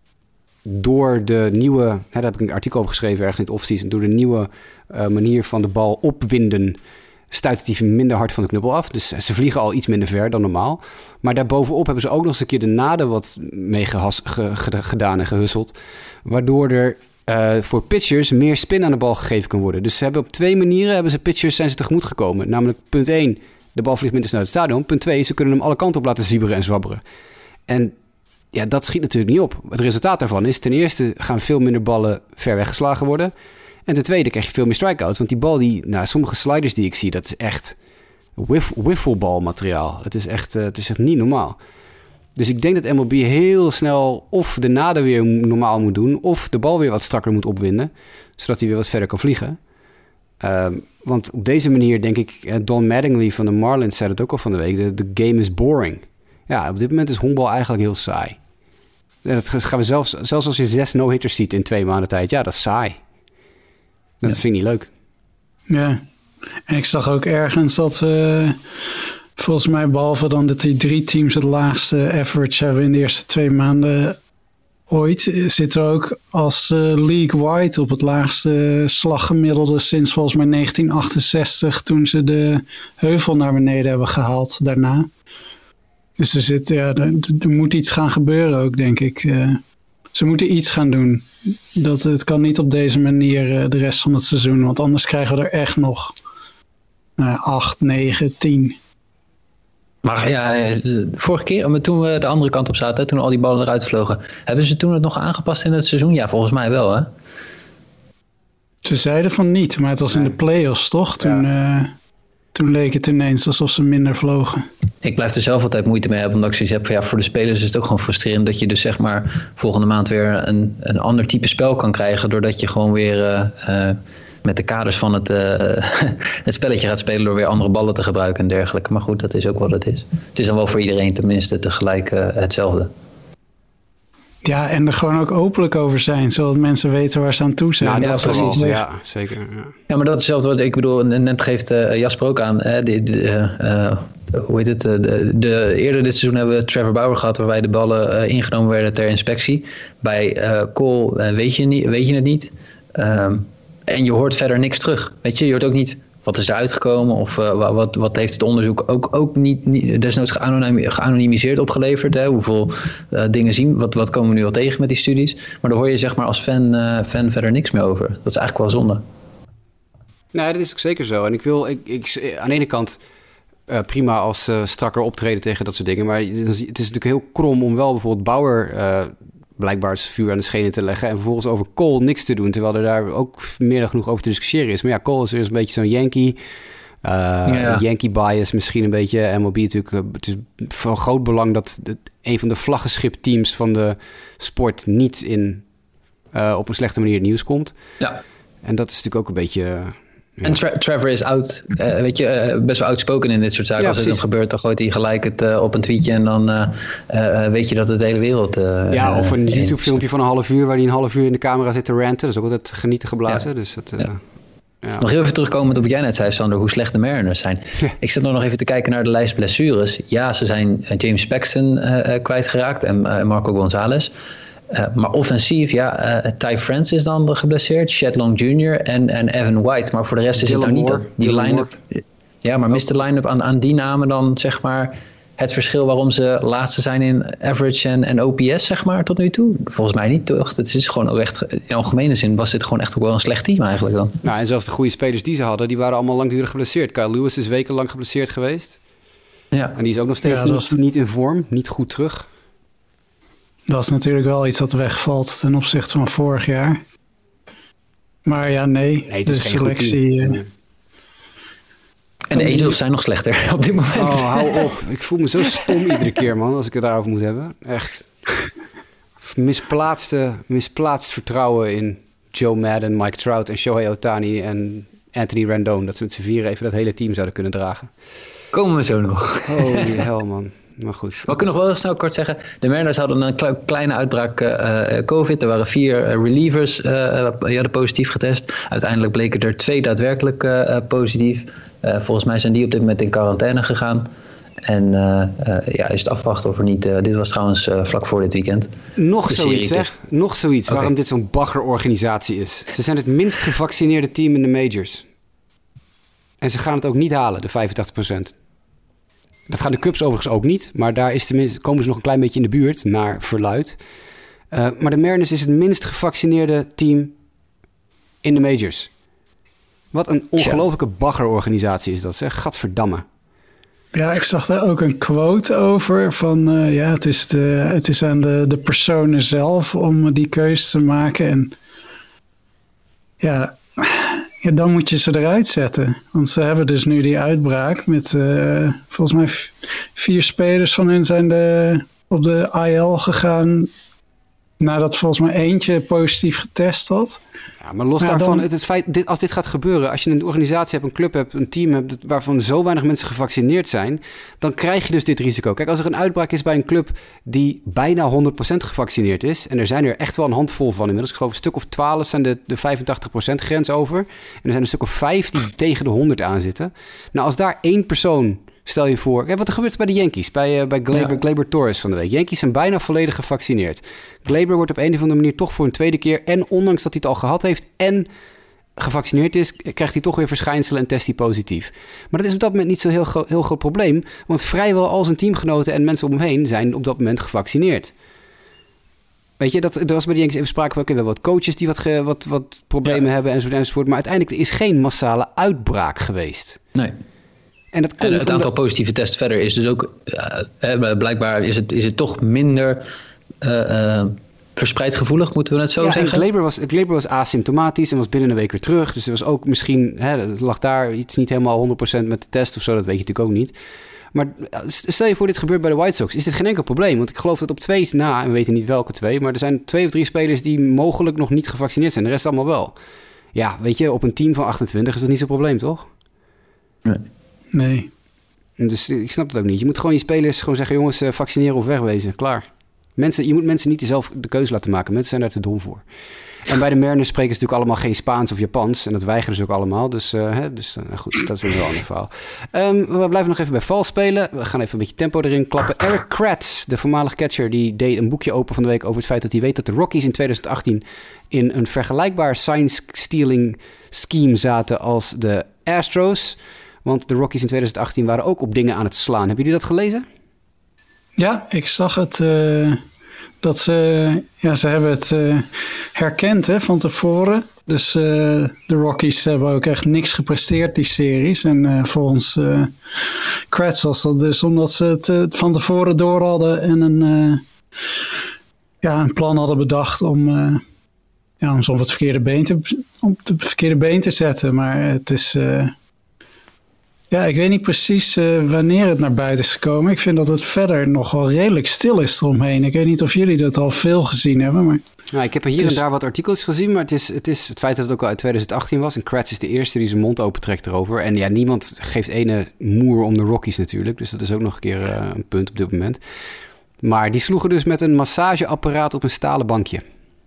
door de nieuwe, hè, daar heb ik een artikel over geschreven ergens in het offseason, door de nieuwe uh, manier van de bal opwinden stuit die minder hard van de knuppel af. Dus ze vliegen al iets minder ver dan normaal. Maar daarbovenop hebben ze ook nog eens een keer de naden wat mee gehas, ge, ge, gedaan en gehusseld. Waardoor er uh, voor pitchers meer spin aan de bal gegeven kan worden. Dus ze hebben op twee manieren hebben ze pitchers zijn ze tegemoet gekomen. Namelijk punt één, de bal vliegt minder snel uit het stadion. Punt twee, ze kunnen hem alle kanten op laten zwieberen en zwabberen. En ja, dat schiet natuurlijk niet op. Het resultaat daarvan is ten eerste gaan veel minder ballen ver weggeslagen worden. En ten tweede krijg je veel meer strikeouts. Want die bal, die, nou, sommige sliders die ik zie, dat is echt whiff, wifflebalmateriaal. Het is echt, uh, het is echt niet normaal. Dus ik denk dat M L B heel snel of de naden weer normaal moet doen, of de bal weer wat strakker moet opwinden, zodat hij weer wat verder kan vliegen. Uh, want op deze manier denk ik, Don Mattingly van de Marlins zei het ook al van de week, de, de game is boring. Ja, op dit moment is honkbal eigenlijk heel saai. Dat gaan we zelfs, zelfs als je zes no-hitters ziet in twee maanden tijd, ja, dat is saai. Dat ja. vind ik niet leuk. Ja, en ik zag ook ergens dat we, volgens mij behalve dan dat die drie teams het laagste average hebben in de eerste twee maanden ooit, zitten we ook als uh, league-wide op het laagste slaggemiddelde sinds volgens mij negentien achtenzestig, toen ze de heuvel naar beneden hebben gehaald daarna. Dus er, zit, ja, er, er moet iets gaan gebeuren ook, denk ik. Uh, ze moeten iets gaan doen. Dat, het kan niet op deze manier uh, de rest van het seizoen. Want anders krijgen we er echt nog uh, acht, negen, tien. Maar ja, vorige keer, toen we de andere kant op zaten, toen al die ballen eruit vlogen, hebben ze toen het nog aangepast in het seizoen? Ja, volgens mij wel, hè? Ze zeiden van niet, maar het was nee. in de play-offs, toch? Toen... Ja. Uh, Toen leek het ineens alsof ze minder vlogen. Ik blijf er zelf altijd moeite mee hebben. Omdat ik zoiets heb van ja, voor de spelers is het ook gewoon frustrerend. Dat je dus zeg maar volgende maand weer een, een ander type spel kan krijgen. Doordat je gewoon weer uh, uh, met de kaders van het, uh, het spelletje gaat spelen. Door weer andere ballen te gebruiken en dergelijke. Maar goed, dat is ook wat het is. Het is dan wel voor iedereen tenminste tegelijk uh, hetzelfde. Ja, en er gewoon ook openlijk over zijn, zodat mensen weten waar ze aan toe zijn. Nou, ja, dat precies. Vooral, ja, zeker. Ja. ja, maar dat is hetzelfde wat ik bedoel. Net geeft uh, Jasper ook aan. Hè, de, de, uh, hoe heet het? De, de, eerder dit seizoen hebben we Trevor Bauer gehad, waarbij de ballen uh, ingenomen werden ter inspectie. Bij uh, Cole uh, weet, je niet, weet je het niet. Um, en je hoort verder niks terug. Weet je, je hoort ook niet wat is er uitgekomen of uh, wat, wat heeft het onderzoek ook, ook niet, niet desnoods geanonimiseerd opgeleverd. Hè? Hoeveel uh, dingen zien, wat, wat komen we nu al tegen met die studies. Maar daar hoor je zeg maar als fan, uh, fan verder niks meer over. Dat is eigenlijk wel zonde. Nee, dat is ook zeker zo. En ik wil, ik, ik, aan de ene kant uh, prima als uh, strakker optreden tegen dat soort dingen. Maar het is, het is natuurlijk heel krom om wel bijvoorbeeld Bauer uh, blijkbaar het vuur aan de schenen te leggen en vervolgens over Cole niks te doen, terwijl er daar ook meer dan genoeg over te discussiëren is. Maar ja, Cole is er een beetje zo'n Yankee, uh, ja. Yankee bias misschien een beetje. M L B natuurlijk, uh, het is van groot belang dat het, een van de vlaggenschipteams van de sport niet in uh, op een slechte manier het nieuws komt. Ja. En dat is natuurlijk ook een beetje... Uh, Ja. En Tra- Trevor is oud, uh, weet je, uh, best wel outspoken in dit soort zaken. Ja, als het dan gebeurt, dan gooit hij gelijk het uh, op een tweetje en dan uh, uh, weet je dat het de hele wereld... Uh, ja, of een uh, YouTube-filmpje van een half uur waar hij een half uur in de camera zit te ranten. Dat is ook altijd genieten geblazen. Ja. Dus dat, uh, ja. Ja. Nog heel even terugkomen op wat jij net zei, Sander, hoe slecht de Mariners zijn. Ja. Ik zit nog even te kijken naar de lijst blessures. Ja, ze zijn James Paxton uh, uh, kwijtgeraakt en uh, Marco Gonzalez. Uh, maar offensief, ja, uh, Ty France is dan geblesseerd, Chet Long junior en, en Evan White. Maar voor de rest is Dylan het nou Moore. niet dat die line-up... Ja, maar mist de line-up aan, aan die namen dan, zeg maar, het verschil waarom ze laatste zijn in average en, en O P S, zeg maar, tot nu toe? Volgens mij niet, toch? Het is gewoon ook echt, in algemene zin was dit gewoon echt ook wel een slecht team eigenlijk dan. Nou, en zelfs de goede spelers die ze hadden, die waren allemaal langdurig geblesseerd. Kyle Lewis is wekenlang geblesseerd geweest. Ja. En die is ook nog steeds ja, niet, niet in vorm, niet goed terug. Dat is natuurlijk wel iets dat wegvalt ten opzichte van vorig jaar. Maar ja, nee. Nee, het is de geen selectie... goed team. En de Angels zijn nog slechter op dit moment. Oh, hou op. Ik voel me zo stom iedere keer, man, als ik het daarover moet hebben. Echt. Misplaatste, misplaatst vertrouwen in Joe Madden, Mike Trout en Shohei Ohtani en Anthony Rendon. Dat ze met z'n vieren even dat hele team zouden kunnen dragen. Komen we zo nog. Holy hell, man. Maar goed. Maar ik kan nog wel heel snel kort zeggen. De Mariners hadden een kle- kleine uitbraak uh, COVID. Er waren vier uh, relievers uh, die hadden positief getest. Uiteindelijk bleken er twee daadwerkelijk uh, positief. Uh, volgens mij zijn die op dit moment in quarantaine gegaan. En uh, uh, ja, is het afwachten of er niet... Uh, dit was trouwens uh, vlak voor dit weekend. Nog zoiets, zeg. Nog zoiets. Okay. Waarom dit zo'n baggerorganisatie is. Ze zijn het minst gevaccineerde team in de majors. En ze gaan het ook niet halen, de vijfentachtig procent. Dat gaan de Cubs overigens ook niet. Maar daar is tenminste, komen ze nog een klein beetje in de buurt, naar verluid. Uh, maar de Mariners is het minst gevaccineerde team in de majors. Wat een ongelofelijke baggerorganisatie is dat, zeg. Gadverdamme. Ja, ik zag daar ook een quote over van... Uh, ja, het is, de, het is aan de, de personen zelf om die keuze te maken. En ja... Ja, dan moet je ze eruit zetten. Want ze hebben dus nu die uitbraak met uh, volgens mij v- vier spelers van hen zijn de, op de I L gegaan nadat volgens mij eentje positief getest had. Ja, maar los ja, daarvan, dan... het, het feit, dit, als dit gaat gebeuren, als je een organisatie hebt, een club hebt, een team hebt waarvan zo weinig mensen gevaccineerd zijn, dan krijg je dus dit risico. Kijk, als er een uitbraak is bij een club die bijna honderd procent gevaccineerd is, en er zijn er echt wel een handvol van inmiddels, ik geloof een stuk of twaalf zijn de, de vijfentachtig procent grens over, en er zijn een stuk of vijf die tegen de honderd aan zitten. Nou, als daar één persoon... Stel je voor, kijk, wat er gebeurt bij de Yankees, bij, uh, bij Gleyber, ja. Gleyber Torres van de week. Yankees zijn bijna volledig gevaccineerd. Gleyber wordt op een of andere manier toch voor een tweede keer, en ondanks dat hij het al gehad heeft en gevaccineerd is, krijgt hij toch weer verschijnselen en test hij positief. Maar dat is op dat moment niet zo'n heel, gro- heel groot probleem, want vrijwel al zijn teamgenoten en mensen om hem heen zijn op dat moment gevaccineerd. Weet je, dat, er was bij de Yankees even sprake van, okay, wel wat coaches die wat, ge, wat, wat problemen ja. hebben enzovoort, enzovoort. Maar uiteindelijk er is geen massale uitbraak geweest. Nee. En, dat en het omdat... aantal positieve tests verder is dus ook... Uh, blijkbaar is het, is het toch minder uh, uh, verspreid gevoelig, moeten we het zo ja, zeggen? Ja, Gleyber was, Gleyber was asymptomatisch en was binnen een week weer terug. Dus er was ook misschien... Hè, het lag daar iets niet helemaal honderd procent met de test of zo. Dat weet je natuurlijk ook niet. Maar stel je voor dit gebeurt bij de White Sox. Is dit geen enkel probleem? Want ik geloof dat op twee na... En we weten niet welke twee. Maar er zijn twee of drie spelers die mogelijk nog niet gevaccineerd zijn. De rest allemaal wel. Ja, weet je, op een team van achtentwintig is dat niet zo'n probleem, toch? Nee. Nee. Dus ik snap het ook niet. Je moet gewoon je spelers gewoon zeggen, jongens, vaccineren of wegwezen. Klaar. Mensen, je moet mensen niet zelf de keuze laten maken. Mensen zijn daar te dom voor. En bij de Mariners spreken ze natuurlijk allemaal geen Spaans of Japans. En dat weigeren ze ook allemaal. Dus, uh, hè, dus uh, goed, dat is weer een heel ander verhaal. Um, we blijven nog even bij vals spelen. We gaan even een beetje tempo erin klappen. Eric Kratz, de voormalig catcher, die deed een boekje open van de week over het feit dat hij weet dat de Rockies in twintig achttien in een vergelijkbaar sign-stealing scheme zaten als de Astros. Want de Rockies in twintig achttien waren ook op dingen aan het slaan. Hebben jullie dat gelezen? Ja, ik zag het. Uh, dat ze, ja, ze hebben het uh, herkend hè, van tevoren. Dus uh, de Rockies hebben ook echt niks gepresteerd, die series. En uh, volgens uh, Kratz was dat dus omdat ze het uh, van tevoren door hadden en een, uh, ja, een plan hadden bedacht om, uh, ja, om ze op het verkeerde been te, op het verkeerde been te zetten. Maar het is... Uh, Ja, ik weet niet precies uh, wanneer het naar buiten is gekomen. Ik vind dat het verder nog wel redelijk stil is eromheen. Ik weet niet of jullie dat al veel gezien hebben. Maar nou, ik heb er hier is... en daar wat artikels gezien, maar het is, het is het feit dat het ook al uit twintig achttien was. En Kratz is de eerste die zijn mond opentrekt erover. En ja, niemand geeft ene moer om de Rockies natuurlijk. Dus dat is ook nog een keer uh, een punt op dit moment. Maar die sloegen dus met een massageapparaat op een stalen bankje.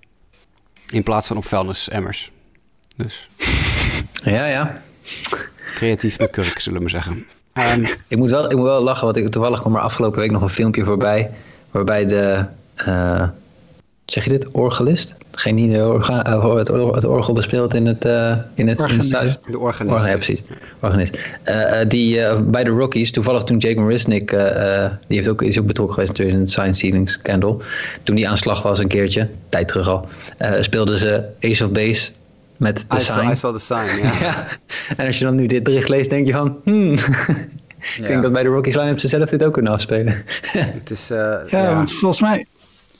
In plaats van op vuilnisemmers. Dus. Ja, ja. Creatief met kurk, zullen we maar zeggen. Um, ik, moet wel, ik moet wel lachen, want ik, toevallig kwam er afgelopen week nog een filmpje voorbij. Waarbij de, uh, zeg je dit, orgelist? Degene die de orga, uh, het, or, het orgel bespeelt in het, uh, in het, in het stadion. De organist. Organ, ja, precies. Organist. Uh, die uh, bij de Rockies, toevallig toen Jake Marisnick, uh, uh, die heeft ook, is ook betrokken geweest natuurlijk in het sign stealing scandal. Toen die aan slag was een keertje, tijd terug al, uh, speelden ze Ace of Base met de I sign. Saw, I saw the sign, ja. ja. En als je dan nu dit bericht leest, denk je van... Hmm. Ik ja. denk dat bij de Rockies line-up ze zelf dit ook kunnen afspelen. Het is, uh, ja, ja, want volgens mij...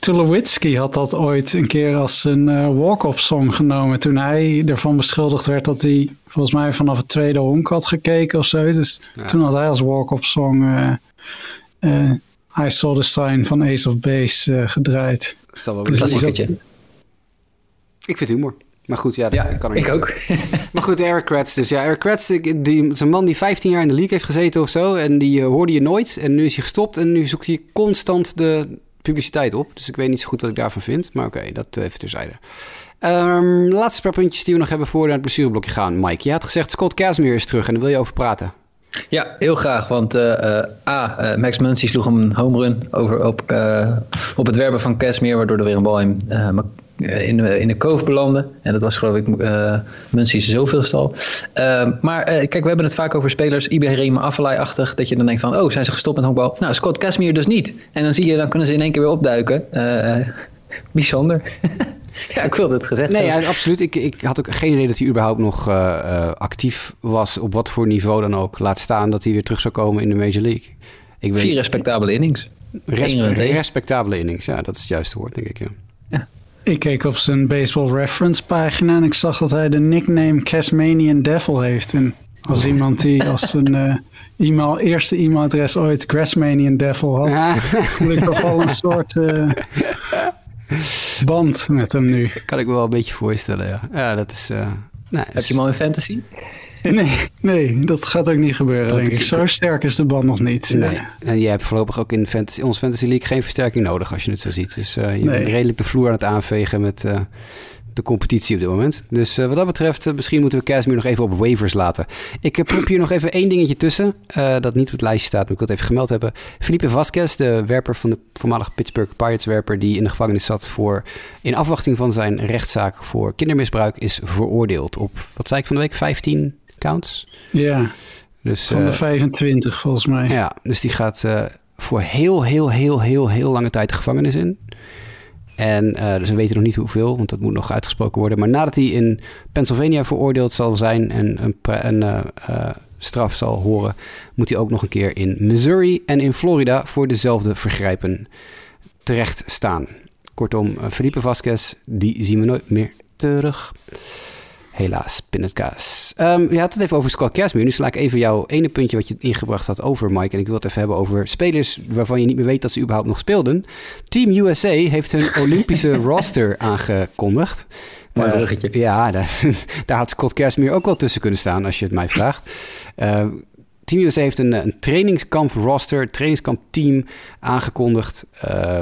Tulowitzki had dat ooit een keer als een uh, walk-up song genomen. Toen hij ervan beschuldigd werd dat hij volgens mij vanaf het tweede honk had gekeken of zo. Dus ja. Toen had hij als walk-up song uh, uh, I Saw the Sign van Ace of Base uh, gedraaid. Dat is wel een klassieketje. Ik vind humor. Maar goed, ja, dat ja kan ik niet. ook. Maar goed, Eric Kratz. Dus ja, Eric Kratz, die, is een man die vijftien jaar in de league heeft gezeten of zo. En die uh, hoorde je nooit. En nu is hij gestopt en nu zoekt hij constant de publiciteit op. Dus ik weet niet zo goed wat ik daarvan vind. Maar oké, okay, dat uh, even terzijde. Um, de laatste paar puntjes die we nog hebben voor naar het blessureblokje gaan. Mike, je had gezegd Scott Kazmir is terug en daar wil je over praten. Ja, heel graag. Want uh, uh, A, uh, Max Muncy sloeg een home run over op, uh, op het werpen van Kazmir, waardoor er weer een bal in, uh, in, de, in de koof belandde. En dat was geloof ik uh, Muncy's zoveelste al. Uh, maar uh, kijk, we hebben het vaak over spelers, Ibrahim Afellay-achtig, dat je dan denkt van, oh, zijn ze gestopt met honkbal? Nou, Scott Kazmir dus niet. En dan zie je, dan kunnen ze in één keer weer opduiken. Uh, uh, bijzonder. Ja, ik wilde het gezegd Nee, hebben. ja, absoluut. Ik, ik had ook geen idee dat hij überhaupt nog uh, uh, actief was, op wat voor niveau dan ook. Laat staan dat hij weer terug zou komen in de Major League. Ik weet... Vier respectabele innings. Respe- respectabele innings, ja, dat is het juiste woord, denk ik. Ja. Ja. Ik keek op zijn Baseball Reference pagina en ik zag dat hij de nickname Casmanian Devil heeft. En als iemand die als zijn uh, e-mail, eerste e-mailadres ooit Grassmanian Devil had, ja. voel ik toch al een soort uh, band met hem nu. Kan ik me wel een beetje voorstellen, ja. Ja, dat is... Uh, nou, Heb je hem al in fantasy? Nee, nee, dat gaat ook niet gebeuren, dat denk ik. Zo sterk is de band nog niet. Nee. En jij hebt voorlopig ook in fantasy, ons Fantasy League geen versterking nodig, als je het zo ziet. Dus uh, je nee. bent redelijk de vloer aan het aanvegen met uh, de competitie op dit moment. Dus uh, wat dat betreft, uh, misschien moeten we Kazmir nog even op waivers laten. Ik uh, prop hier nog even één dingetje tussen, uh, dat niet op het lijstje staat, maar ik wil het even gemeld hebben. Felipe Vasquez, de werper van de voormalige Pittsburgh Pirates werper, die in de gevangenis zat voor, in afwachting van zijn rechtszaak voor kindermisbruik, is veroordeeld op, wat zei ik van de week, vijftien counts? Ja, dus, van de uh, vijfentwintig volgens mij. Ja, dus die gaat uh, voor heel, heel, heel, heel, heel lange tijd de gevangenis in. En uh, dus we weten nog niet hoeveel, want dat moet nog uitgesproken worden. Maar nadat hij in Pennsylvania veroordeeld zal zijn en een, een uh, uh, straf zal horen, moet hij ook nog een keer in Missouri en in Florida voor dezelfde vergrijpen terecht staan. Kortom, uh, Felipe Vasquez, die zien we nooit meer terug. Helaas, pindakaas. Um, je had het even over Scott Kazmir. Nu sla ik even jouw ene puntje wat je ingebracht had over, Mike. En ik wil het even hebben over spelers waarvan je niet meer weet dat ze überhaupt nog speelden. Team U S A heeft hun Olympische roster aangekondigd. Mooi bruggetje. Uh, ja, dat, daar had Scott Kazmir ook wel tussen kunnen staan als je het mij vraagt. Uh, Team U S A heeft een, een trainingskamp roster, trainingskamp team aangekondigd uh,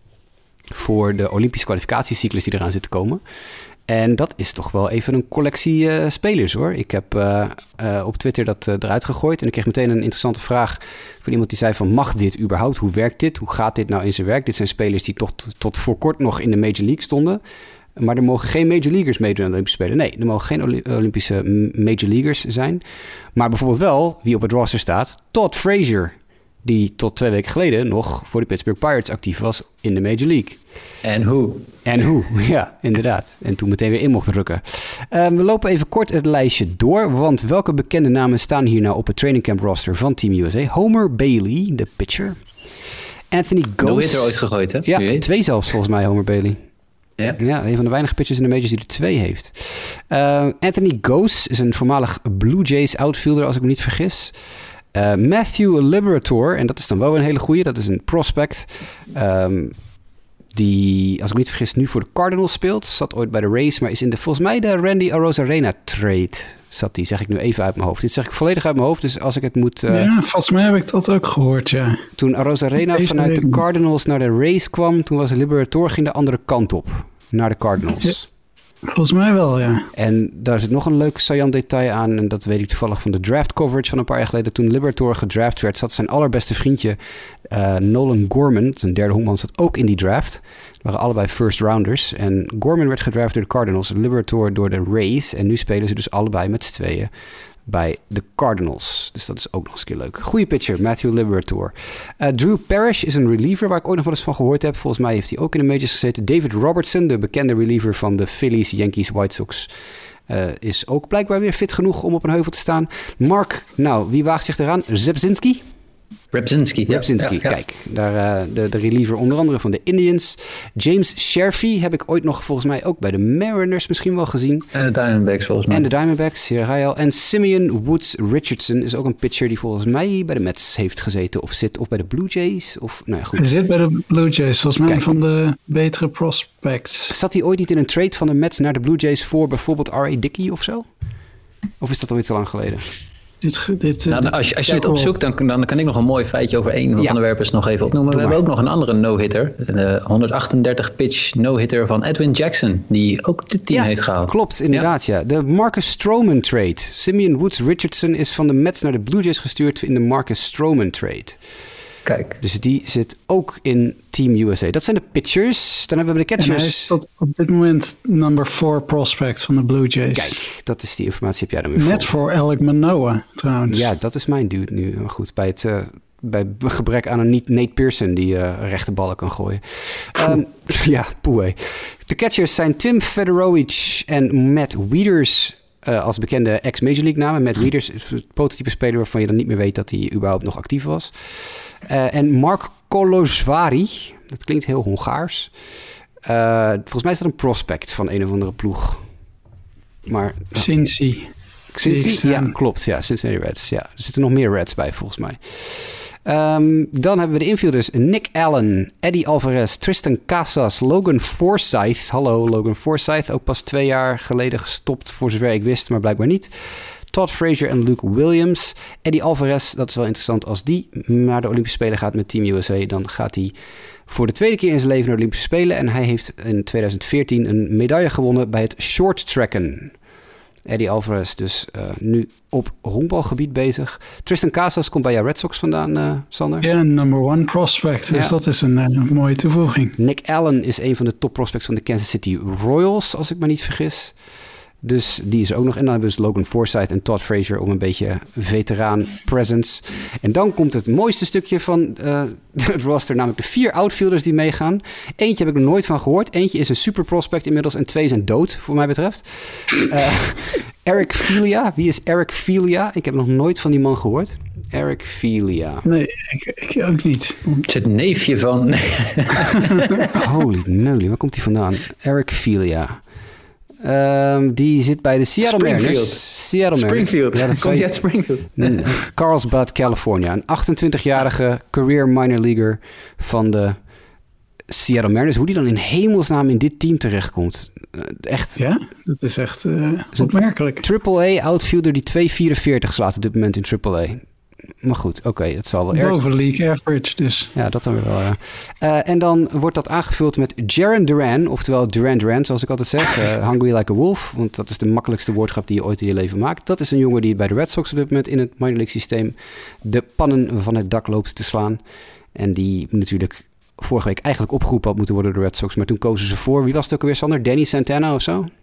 voor de Olympische kwalificatiecyclus die eraan zit te komen. En dat is toch wel even een collectie uh, spelers, hoor. Ik heb uh, uh, op Twitter dat uh, eruit gegooid. En ik kreeg meteen een interessante vraag van iemand die zei van, mag dit überhaupt? Hoe werkt dit? Hoe gaat dit nou in zijn werk? Dit zijn spelers die toch t- tot voor kort nog in de Major League stonden. Maar er mogen geen Major Leaguers meedoen aan de Olympische Spelen. Nee, er mogen geen Oli- Olympische Major Leaguers zijn. Maar bijvoorbeeld wel, wie op het roster staat, Todd Frazier. Die tot twee weken geleden nog voor de Pittsburgh Pirates actief was in de Major League. En hoe? En hoe, ja, inderdaad. En toen meteen weer in mocht drukken. Uh, we lopen even kort het lijstje door. Want welke bekende namen staan hier nou op het training camp roster van Team U S A? Homer Bailey, de pitcher. Anthony Gose. No hitter ooit gegooid, hè? Ja, twee zelfs volgens mij, Homer Bailey. Ja. ja, een van de weinige pitchers in de majors die er twee heeft. Uh, Anthony Gose is een voormalig Blue Jays outfielder, als ik me niet vergis. Uh, Matthew Liberator, en dat is dan wel een hele goeie, dat is een prospect. Um, die, als ik me niet vergis, nu voor de Cardinals speelt. Zat ooit bij de Rays, maar is in de, volgens mij de Randy Arozarena trade. Zat die, zeg ik nu even uit mijn hoofd. Dit zeg ik volledig uit mijn hoofd, dus als ik het moet... Uh, ja, volgens mij heb ik dat ook gehoord, ja. Toen Arozarena vanuit de Cardinals naar de Rays kwam, toen was Liberator, ging de andere kant op. Naar de Cardinals. Ja. Volgens mij wel, ja. En daar zit nog een leuk saillant detail aan. En dat weet ik toevallig van de draft coverage van een paar jaar geleden. Toen Liberator gedraft werd, zat zijn allerbeste vriendje uh, Nolan Gorman, zijn derde honkman, zat ook in die draft. Het waren allebei first rounders. En Gorman werd gedraft door de Cardinals en Liberator door de Rays. En nu spelen ze dus allebei met z'n tweeën bij de Cardinals. Dus dat is ook nog eens een keer leuk. Goeie pitcher, Matthew Liberator. Uh, Drew Parrish is een reliever waar ik ooit nog wel eens van gehoord heb. Volgens mij heeft hij ook in de majors gezeten. David Robertson, de bekende reliever van de Phillies, Yankees, White Sox, uh, is ook blijkbaar weer fit genoeg om op een heuvel te staan. Mark, nou, wie waagt zich eraan? Zebzinski? Repczynski. Repczynski, ja, ja, ja. Kijk. Daar, uh, de, de reliever onder andere van de Indians. James Sherfy heb ik ooit nog volgens mij ook bij de Mariners misschien wel gezien. En de Diamondbacks volgens mij. En de Diamondbacks, hier ga je al. En Simeon Woods Richardson is ook een pitcher die volgens mij bij de Mets heeft gezeten. Of zit, of bij de Blue Jays. Of, nou ja, goed. Hij zit bij de Blue Jays, volgens mij Kijk. van de betere prospects. Zat hij ooit niet in een trade van de Mets naar de Blue Jays voor bijvoorbeeld R A. Dickey of zo? Of is dat alweer te lang geleden? Dit, dit, nou, als je, als je het opzoekt, dan, dan kan ik nog een mooi feitje over één ja. van de werpers nog even opnoemen. Doe We maar. hebben ook nog een andere no-hitter. De honderdachtendertig pitch no-hitter van Edwin Jackson, die ook dit team ja, heeft gehaald. Klopt, inderdaad. Ja. Ja. De Marcus Stroman trade. Simeon Woods Richardson is van de Mets naar de Blue Jays gestuurd in de Marcus Stroman trade. Kijk. Dus die zit ook in Team U S A. Dat zijn de pitchers. Dan hebben we de catchers. En hij is tot op dit moment number four prospect van de Blue Jays. Kijk, dat is die informatie heb jij dan weer Net voor Alek Manoah trouwens. Ja, dat is mijn dude nu. Maar goed, bij het... Uh, bij gebrek aan een Nate Pearson die uh, rechte ballen kan gooien. Um, ja, poeh. De catchers zijn Tim Federowicz en Matt Wieters... Uh, als bekende ex-Major League namen. Matt Wieters is een prototype speler waarvan je dan niet meer weet dat hij überhaupt nog actief was. Uh, en Mark Kolozsvári, dat klinkt heel Hongaars. Uh, volgens mij is dat een prospect van een of andere ploeg. Maar, uh, Cincy. Cincy? Ja, klopt. Ja, Cincinnati Reds. Ja, er zitten nog meer Reds bij volgens mij. Um, dan hebben we de infielders Nick Allen, Eddie Alvarez, Tristan Casas, Logan Forsythe. Hallo, Logan Forsythe. Ook pas twee jaar geleden gestopt, voor zover ik wist, maar blijkbaar niet. Todd Frazier en Luke Williams. Eddie Alvarez, dat is wel interessant. Als die naar de Olympische Spelen gaat met Team U S A, dan gaat hij voor de tweede keer in zijn leven naar de Olympische Spelen. En hij heeft in twintig veertien een medaille gewonnen bij het short tracken. Eddie Alvarez dus uh, nu op honkbalgebied bezig. Tristan Casas komt bij jouw Red Sox vandaan, uh, Sander. Ja, number one prospect. Dus ja. dat is een uh, mooie toevoeging. Nick Allen is een van de top prospects van de Kansas City Royals, als ik me niet vergis. Dus die is ook nog. En dan hebben we dus Logan Forsythe en Todd Frazier om een beetje veteraan presence. En dan komt het mooiste stukje van uh, het roster, namelijk de vier outfielders die meegaan. Eentje heb ik nog nooit van gehoord. Eentje is een super prospect inmiddels en twee zijn dood, voor mij betreft. Uh, Eric Filia. Wie is Eric Filia? Ik heb nog nooit van die man gehoord. Eric Filia. Nee, ik, ik ook niet. Het is het neefje van... Holy moly, waar komt hij vandaan? Eric Filia. Um, die zit bij de Seattle Mariners. Seattle Springfield. Ja, dat komt hij uit Springfield? Carlsbad, California. Een achtentwintigjarige career minor leaguer van de Seattle Mariners. Hoe die dan in hemelsnaam in dit team terechtkomt. Echt. Ja, dat is echt uh, opmerkelijk. triple A outfielder die twee vierenveertig slaat op dit moment in triple A. Maar goed, oké, okay, het zal wel... Boven league average dus. Ja, dat dan weer wel, ja. Uh, en dan wordt dat aangevuld met Jarren Duran, oftewel Duran Duran, zoals ik altijd zeg. Uh, hungry like a wolf, want dat is de makkelijkste woordgrap die je ooit in je leven maakt. Dat is een jongen die bij de Red Sox op dit moment in het minor league systeem de pannen van het dak loopt te slaan. En die natuurlijk vorige week eigenlijk opgeroepen had moeten worden door de Red Sox, maar toen kozen ze voor, wie was het ook alweer, Sander? Danny Santana of zo?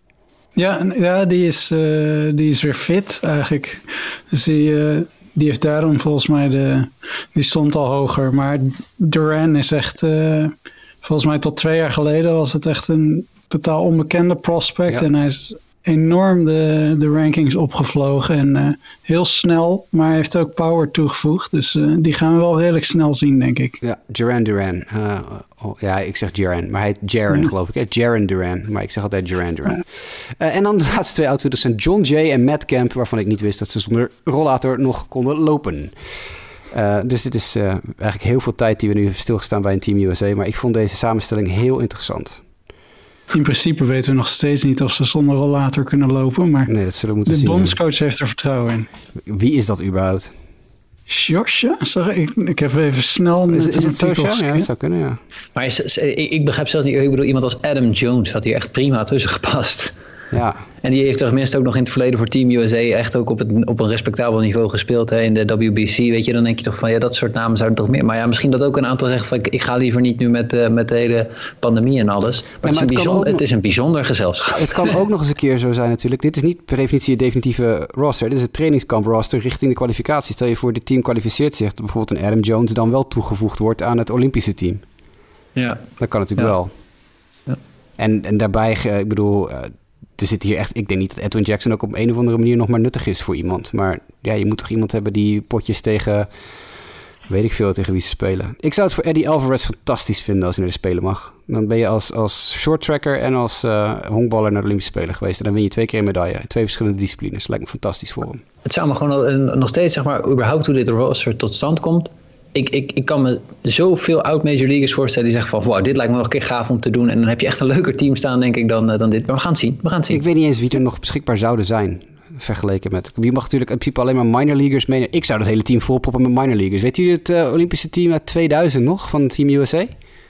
Ja, ja die, is, uh, die is weer fit eigenlijk. Dus die... Uh... Die heeft daarom volgens mij de... Die stond al hoger. Maar Duran is echt... Uh, volgens mij tot twee jaar geleden was het echt een totaal onbekende prospect. Ja. En hij is enorm de, de rankings opgevlogen. En uh, heel snel. Maar hij heeft ook power toegevoegd. Dus uh, die gaan we wel redelijk snel zien, denk ik. Ja, Jarren Duran. Uh, oh, ja, ik zeg Jarren. Maar hij heet Jarren, ja. geloof ik. Hè? Jarren Duran. Maar ik zeg altijd Jarren Duran. Ja. Uh, en dan de laatste twee outfielders zijn John Jay en Matt Kemp. Waarvan ik niet wist dat ze zonder rollator nog konden lopen. Uh, dus dit is uh, eigenlijk heel veel tijd die we nu stilgestaan bij een Team U S A. Maar ik vond deze samenstelling heel interessant. In principe weten we nog steeds niet of ze zonder rollator kunnen lopen. Maar nee, dat zullen we moeten de zien. bondscoach heeft er vertrouwen in. Wie is dat überhaupt? Sjosja? Sorry, ik, ik heb even snel... Is, is het Sjosja? Ja, dat zou kunnen, ja. Maar is, ik, ik begrijp zelfs niet... Ik bedoel, iemand als Adam Jones had hier echt prima tussen gepast. Ja. En die heeft tenminste ook nog in het verleden voor Team U S A echt ook op, het, op een respectabel niveau gespeeld. Hè, in de W B C, weet je, dan denk je toch van ja, dat soort namen zouden toch meer. Maar ja, misschien dat ook een aantal zeggen van ik, ik ga liever niet nu met, uh, met de hele pandemie en alles. Maar, ja, maar het, is het, bijzonder, het is een bijzonder gezelschap. Het kan ook nog eens een keer zo zijn natuurlijk. Dit is niet per definitie het definitieve roster. Dit is het trainingskamp roster richting de kwalificatie. Stel je voor, dit team kwalificeert zich, dat bijvoorbeeld een Adam Jones dan wel toegevoegd wordt aan het Olympische team. Ja. Dat kan natuurlijk ja. wel. Ja. En, en daarbij, uh, ik bedoel... Uh, er zit hier echt, ik denk niet dat Edwin Jackson ook op een of andere manier nog maar nuttig is voor iemand. Maar ja, je moet toch iemand hebben die potjes tegen Weet ik veel tegen wie ze spelen. Ik zou het voor Eddie Alvarez fantastisch vinden als hij naar de Spelen mag. Dan ben je als, als shorttracker en als uh, honkballer naar de Olympische Spelen geweest. En dan win je twee keer een medaille. Twee verschillende disciplines. Lijkt me fantastisch voor hem. Het zou me gewoon uh, nog steeds, zeg maar, überhaupt hoe dit roster tot stand komt. Ik, ik, ik kan me zoveel oud-major leaguers voorstellen die zeggen van... wow, dit lijkt me wel een keer gaaf om te doen. En dan heb je echt een leuker team staan, denk ik, dan, uh, dan dit. Maar we gaan het zien. We gaan het zien. Ik weet niet eens wie er nog beschikbaar zouden zijn. Vergeleken met... Je mag natuurlijk in principe alleen maar minor leaguers meenemen. Ik zou dat hele team volproppen met minor leaguers. Weet u het uh, Olympische team uit tweeduizend nog? Van Team U S A?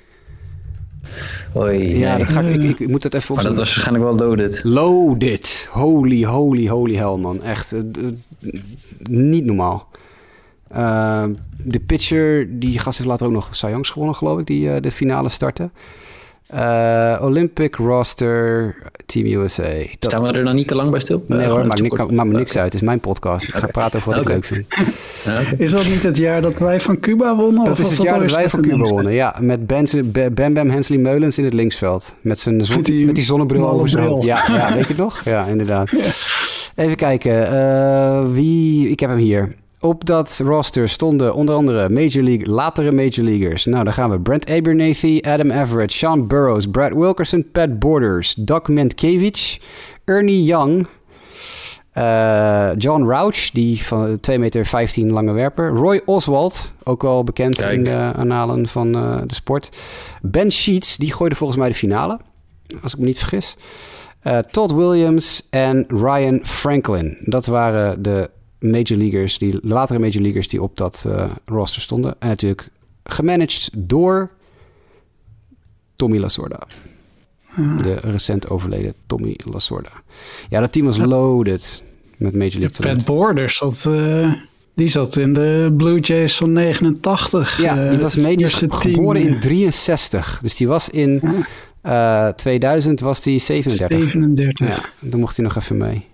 Oei, ja, nee. dat ga ik, ik, ik moet dat even opzoeken. Maar dat was waarschijnlijk wel loaded. Loaded. Holy, holy, holy hell, man. Echt uh, uh, niet normaal. Uh, de pitcher, die gast heeft later ook nog Cy Youngs gewonnen, geloof ik, die uh, de finale startte. Uh, Olympic roster, Team U S A. Dat... Staan we er dan niet te lang bij stil? Nee uh, hoor, maakt niks, maakt me niks uit. Het is mijn podcast. Ik ga okay. praten over wat okay. ik leuk vind. Okay. Is dat niet het jaar dat wij van Cuba wonnen? Dat is het jaar dat wij van Cuba wonnen, ja. Met Bam Bam Hensley Meulens in het linksveld. Met, zijn zon, met, die, met die zonnebril over zijn hoofd. Ja, ja, weet je het nog? Ja, inderdaad. Ja. Even kijken. Uh, wie... Ik heb hem hier. Op dat roster stonden onder andere Major League, latere Major Leaguers. Nou, dan gaan we Brent Abernathy, Adam Everett, Sean Burroughs, Brad Wilkerson, Pat Borders, Doug Mientkiewicz, Ernie Young, uh, John Rauch, die van twee meter vijftien lange werper, Roy Oswald, ook wel bekend Kijk. in de annalen van uh, de sport. Ben Sheets, die gooide volgens mij de finale, als ik me niet vergis. Uh, Todd Williams en Ryan Franklin. Dat waren de major leaguers, die latere major leaguers die op dat uh, roster stonden. En natuurlijk gemanaged door Tommy Lasorda. Hmm. De recent overleden Tommy Lasorda. Ja, dat team was loaded met major league talent. Pat Borders, zat, uh, die zat in de Blue Jays van negenentachtig. Ja, die was medisch uh, geboren team. in drieënzestig. Dus die was in uh, tweeduizend was die zevenendertig. zevenendertig. Ja, dan mocht hij nog even mee.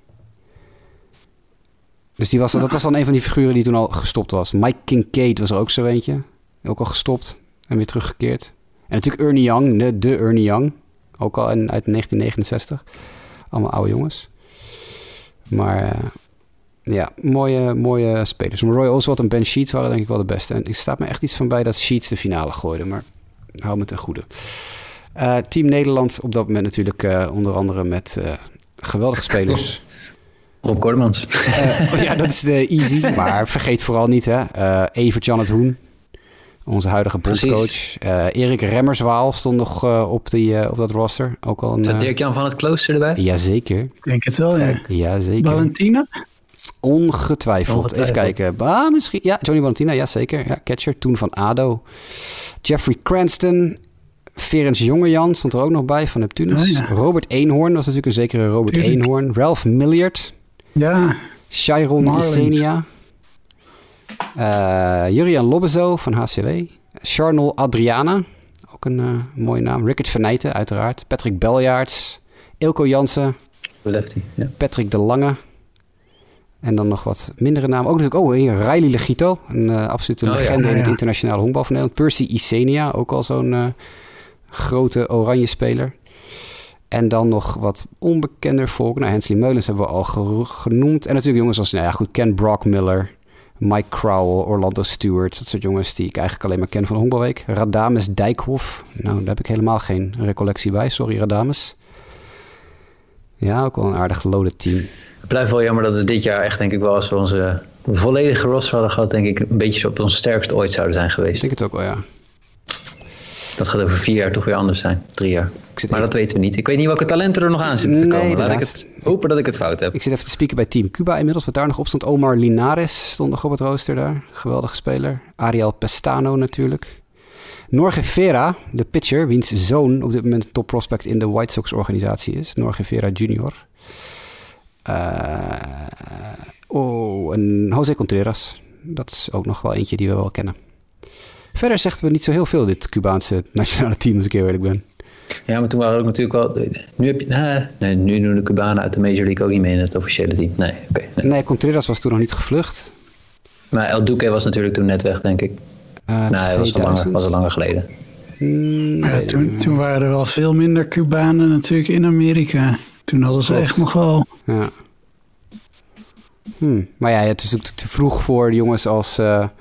Dus die was, dat was dan een van die figuren die toen al gestopt was. Mike Kincaid was er ook zo eentje. Ook al gestopt en weer teruggekeerd. En natuurlijk Ernie Young, de, de Ernie Young. Ook al in, uit negentien negenenzestig. Allemaal oude jongens. Maar uh, ja, mooie, mooie spelers. Roy Oswald en Ben Sheets waren denk ik wel de beste. En ik sta me echt iets van bij dat Sheets de finale gooide. Maar hou me ten goede. Uh, Team Nederland op dat moment natuurlijk uh, onder andere met uh, geweldige spelers. Rob Kordemans. Uh, ja, dat is de easy. Maar vergeet vooral niet, hè. Uh, Evert-Jan het Hoen. Onze huidige bondscoach. Uh, Erik Remmerswaal stond nog uh, op, die, uh, op dat roster. Ook al een, Zat Dirk-Jan van het Klooster erbij? Jazeker. Ik denk het wel, ja. Jazeker. Valentina? Ongetwijfeld. Ongetwijfeld. Even kijken. Ah, misschien. Ja, Johnny Valentina, ja zeker. Ja, catcher. Toen van A D O. Jeffrey Cranston. Ferenc Jongejan stond er ook nog bij van Neptunus. Oh, ja. Robert Eenhoorn was natuurlijk een zekere Robert Tuurlijk. Eenhoorn. Ralph Milliard. Ja. Chiron Isenia. Uh, Jurian Lobbezo van H C W. Charnel Adriana. Ook een uh, mooie naam. Rickert Venijten, uiteraard. Patrick Beljaarts. Ilko Jansen. Lefty, ja. Patrick de Lange. En dan nog wat mindere namen. Ook natuurlijk, oh, hier, Riley Legito. Een uh, absolute oh, legende ja, ja. in het internationale honkbal van Nederland. Percy Isenia, ook al zo'n uh, grote oranje speler. En dan nog wat onbekender volk. Nou, Hensley Meulens hebben we al ge- genoemd. En natuurlijk jongens als, nou ja, goed, Ken Brockmiller, Mike Crowell, Orlando Stewart. Dat soort jongens die ik eigenlijk alleen maar ken van de Honkbalweek. Radames Dijkhoff. Nou, daar heb ik helemaal geen recollectie bij. Sorry, Radames. Ja, ook wel een aardig loaded team. Het blijft wel jammer dat we dit jaar echt, denk ik wel, als we onze volledige roster hadden gehad, denk ik een beetje op ons sterkst ooit zouden zijn geweest. Ik denk het ook wel, ja. Dat gaat over vier jaar toch weer anders zijn. Drie jaar. Maar even... dat weten we niet. Ik weet niet welke talenten er nog aan zitten te nee, komen. Laat ik het hopen dat ik het fout heb. Ik zit even te spieken bij Team Cuba inmiddels. Wat daar nog op stond. Omar Linares stond nog op het rooster daar. Geweldige speler. Ariel Pestano natuurlijk. Norge Vera, de pitcher, wiens zoon op dit moment een top prospect in de White Sox organisatie is. Norge Vera junior. Uh, oh, en José Contreras. Dat is ook nog wel eentje die we wel kennen. Verder zegt we niet zo heel veel, dit Cubaanse nationale team, als ik heel eerlijk ben. Ja, maar toen waren ook natuurlijk wel... Nu, heb je, nee, nee, nu doen de Cubanen uit de Major League ook niet mee in het officiële team. Nee, oké. Okay, nee. nee, Contreras was toen nog niet gevlucht. Maar El Duque was natuurlijk toen net weg, denk ik. Uh, nee, hij was al langer, was al langer geleden. Mm, ja, toen, toen waren er wel veel minder Cubanen natuurlijk in Amerika. Toen hadden ze echt nog wel... Ja. Hm. Maar ja, het is ook te vroeg voor jongens als... Uh,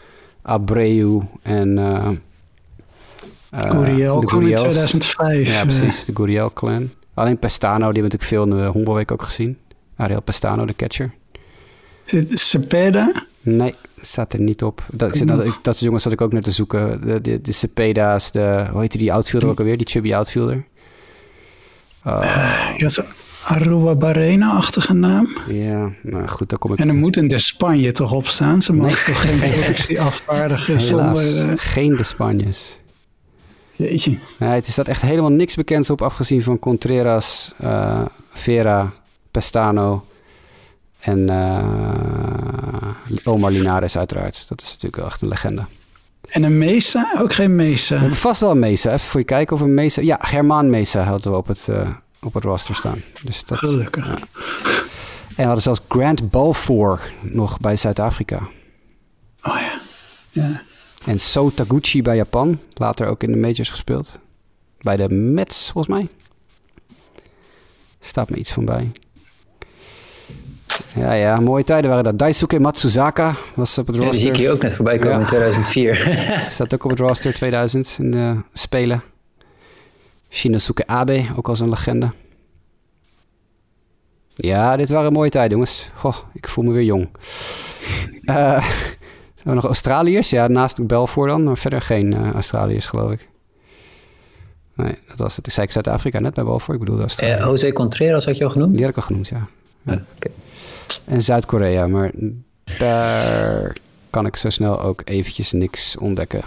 Abreu en... Uh, uh, Gurriel kwam in tweeduizend vijf. Ja, precies. De Gurriel-clan. Alleen Pestano, die hebben we natuurlijk veel in de honkbalweek ook gezien. Ariel Pestano, de catcher. Cepeda? Nee, staat er niet op. Dat, ik, dat, dat soort jongens zat ik ook net te zoeken. De, de, de Cepeda's, de... Hoe heet die outfielder ook alweer? Die chubby outfielder. Uh, uh, ja, zo Aruba Barrena-achtige naam. Ja, nou goed, daar kom ik... En er moet een de Spanje toch op staan? Ze mogen nee. toch geen productie afvaardigen Helaas, zonder... Uh... geen de Spanjes. Jeetje. Nee, het is dat echt helemaal niks bekends op, afgezien van Contreras, uh, Vera, Pestano en uh, Omar Linares uiteraard. Dat is natuurlijk wel echt een legende. En een Mesa? Ook geen Mesa? We hebben vast wel een Mesa. Even voor je kijken of een Mesa... Ja, Germán Mesa hadden we op het, uh, op het roster staan. Dus dat, Gelukkig. Ja. En we hadden zelfs Grant Balfour nog bij Zuid-Afrika. Oh ja. Ja. En So Taguchi bij Japan. Later ook in de majors gespeeld. Bij de Mets, volgens mij. Staat me iets van bij. Ja, ja, mooie tijden waren dat. Daisuke Matsuzaka was op het roster. Ja, die zie ik hier ook net voorbij komen ja. in tweeduizend vier. Staat ook op het roster tweeduizend in de Spelen. Shinosuke Abe, ook als een legende. Ja, dit waren mooie tijden, jongens. Goh, ik voel me weer jong. Uh, Zijn we nog Australiërs? Ja, naast Belfour dan. Maar verder geen uh, Australiërs, geloof ik. Nee, dat was het. Ik zei Zuid-Afrika net bij Belfour. Ik bedoelde Australië. Uh, José Contreras had je al genoemd? Die had ik al genoemd, ja. ja. Uh, okay. En Zuid-Korea. Maar daar kan ik zo snel ook eventjes niks ontdekken.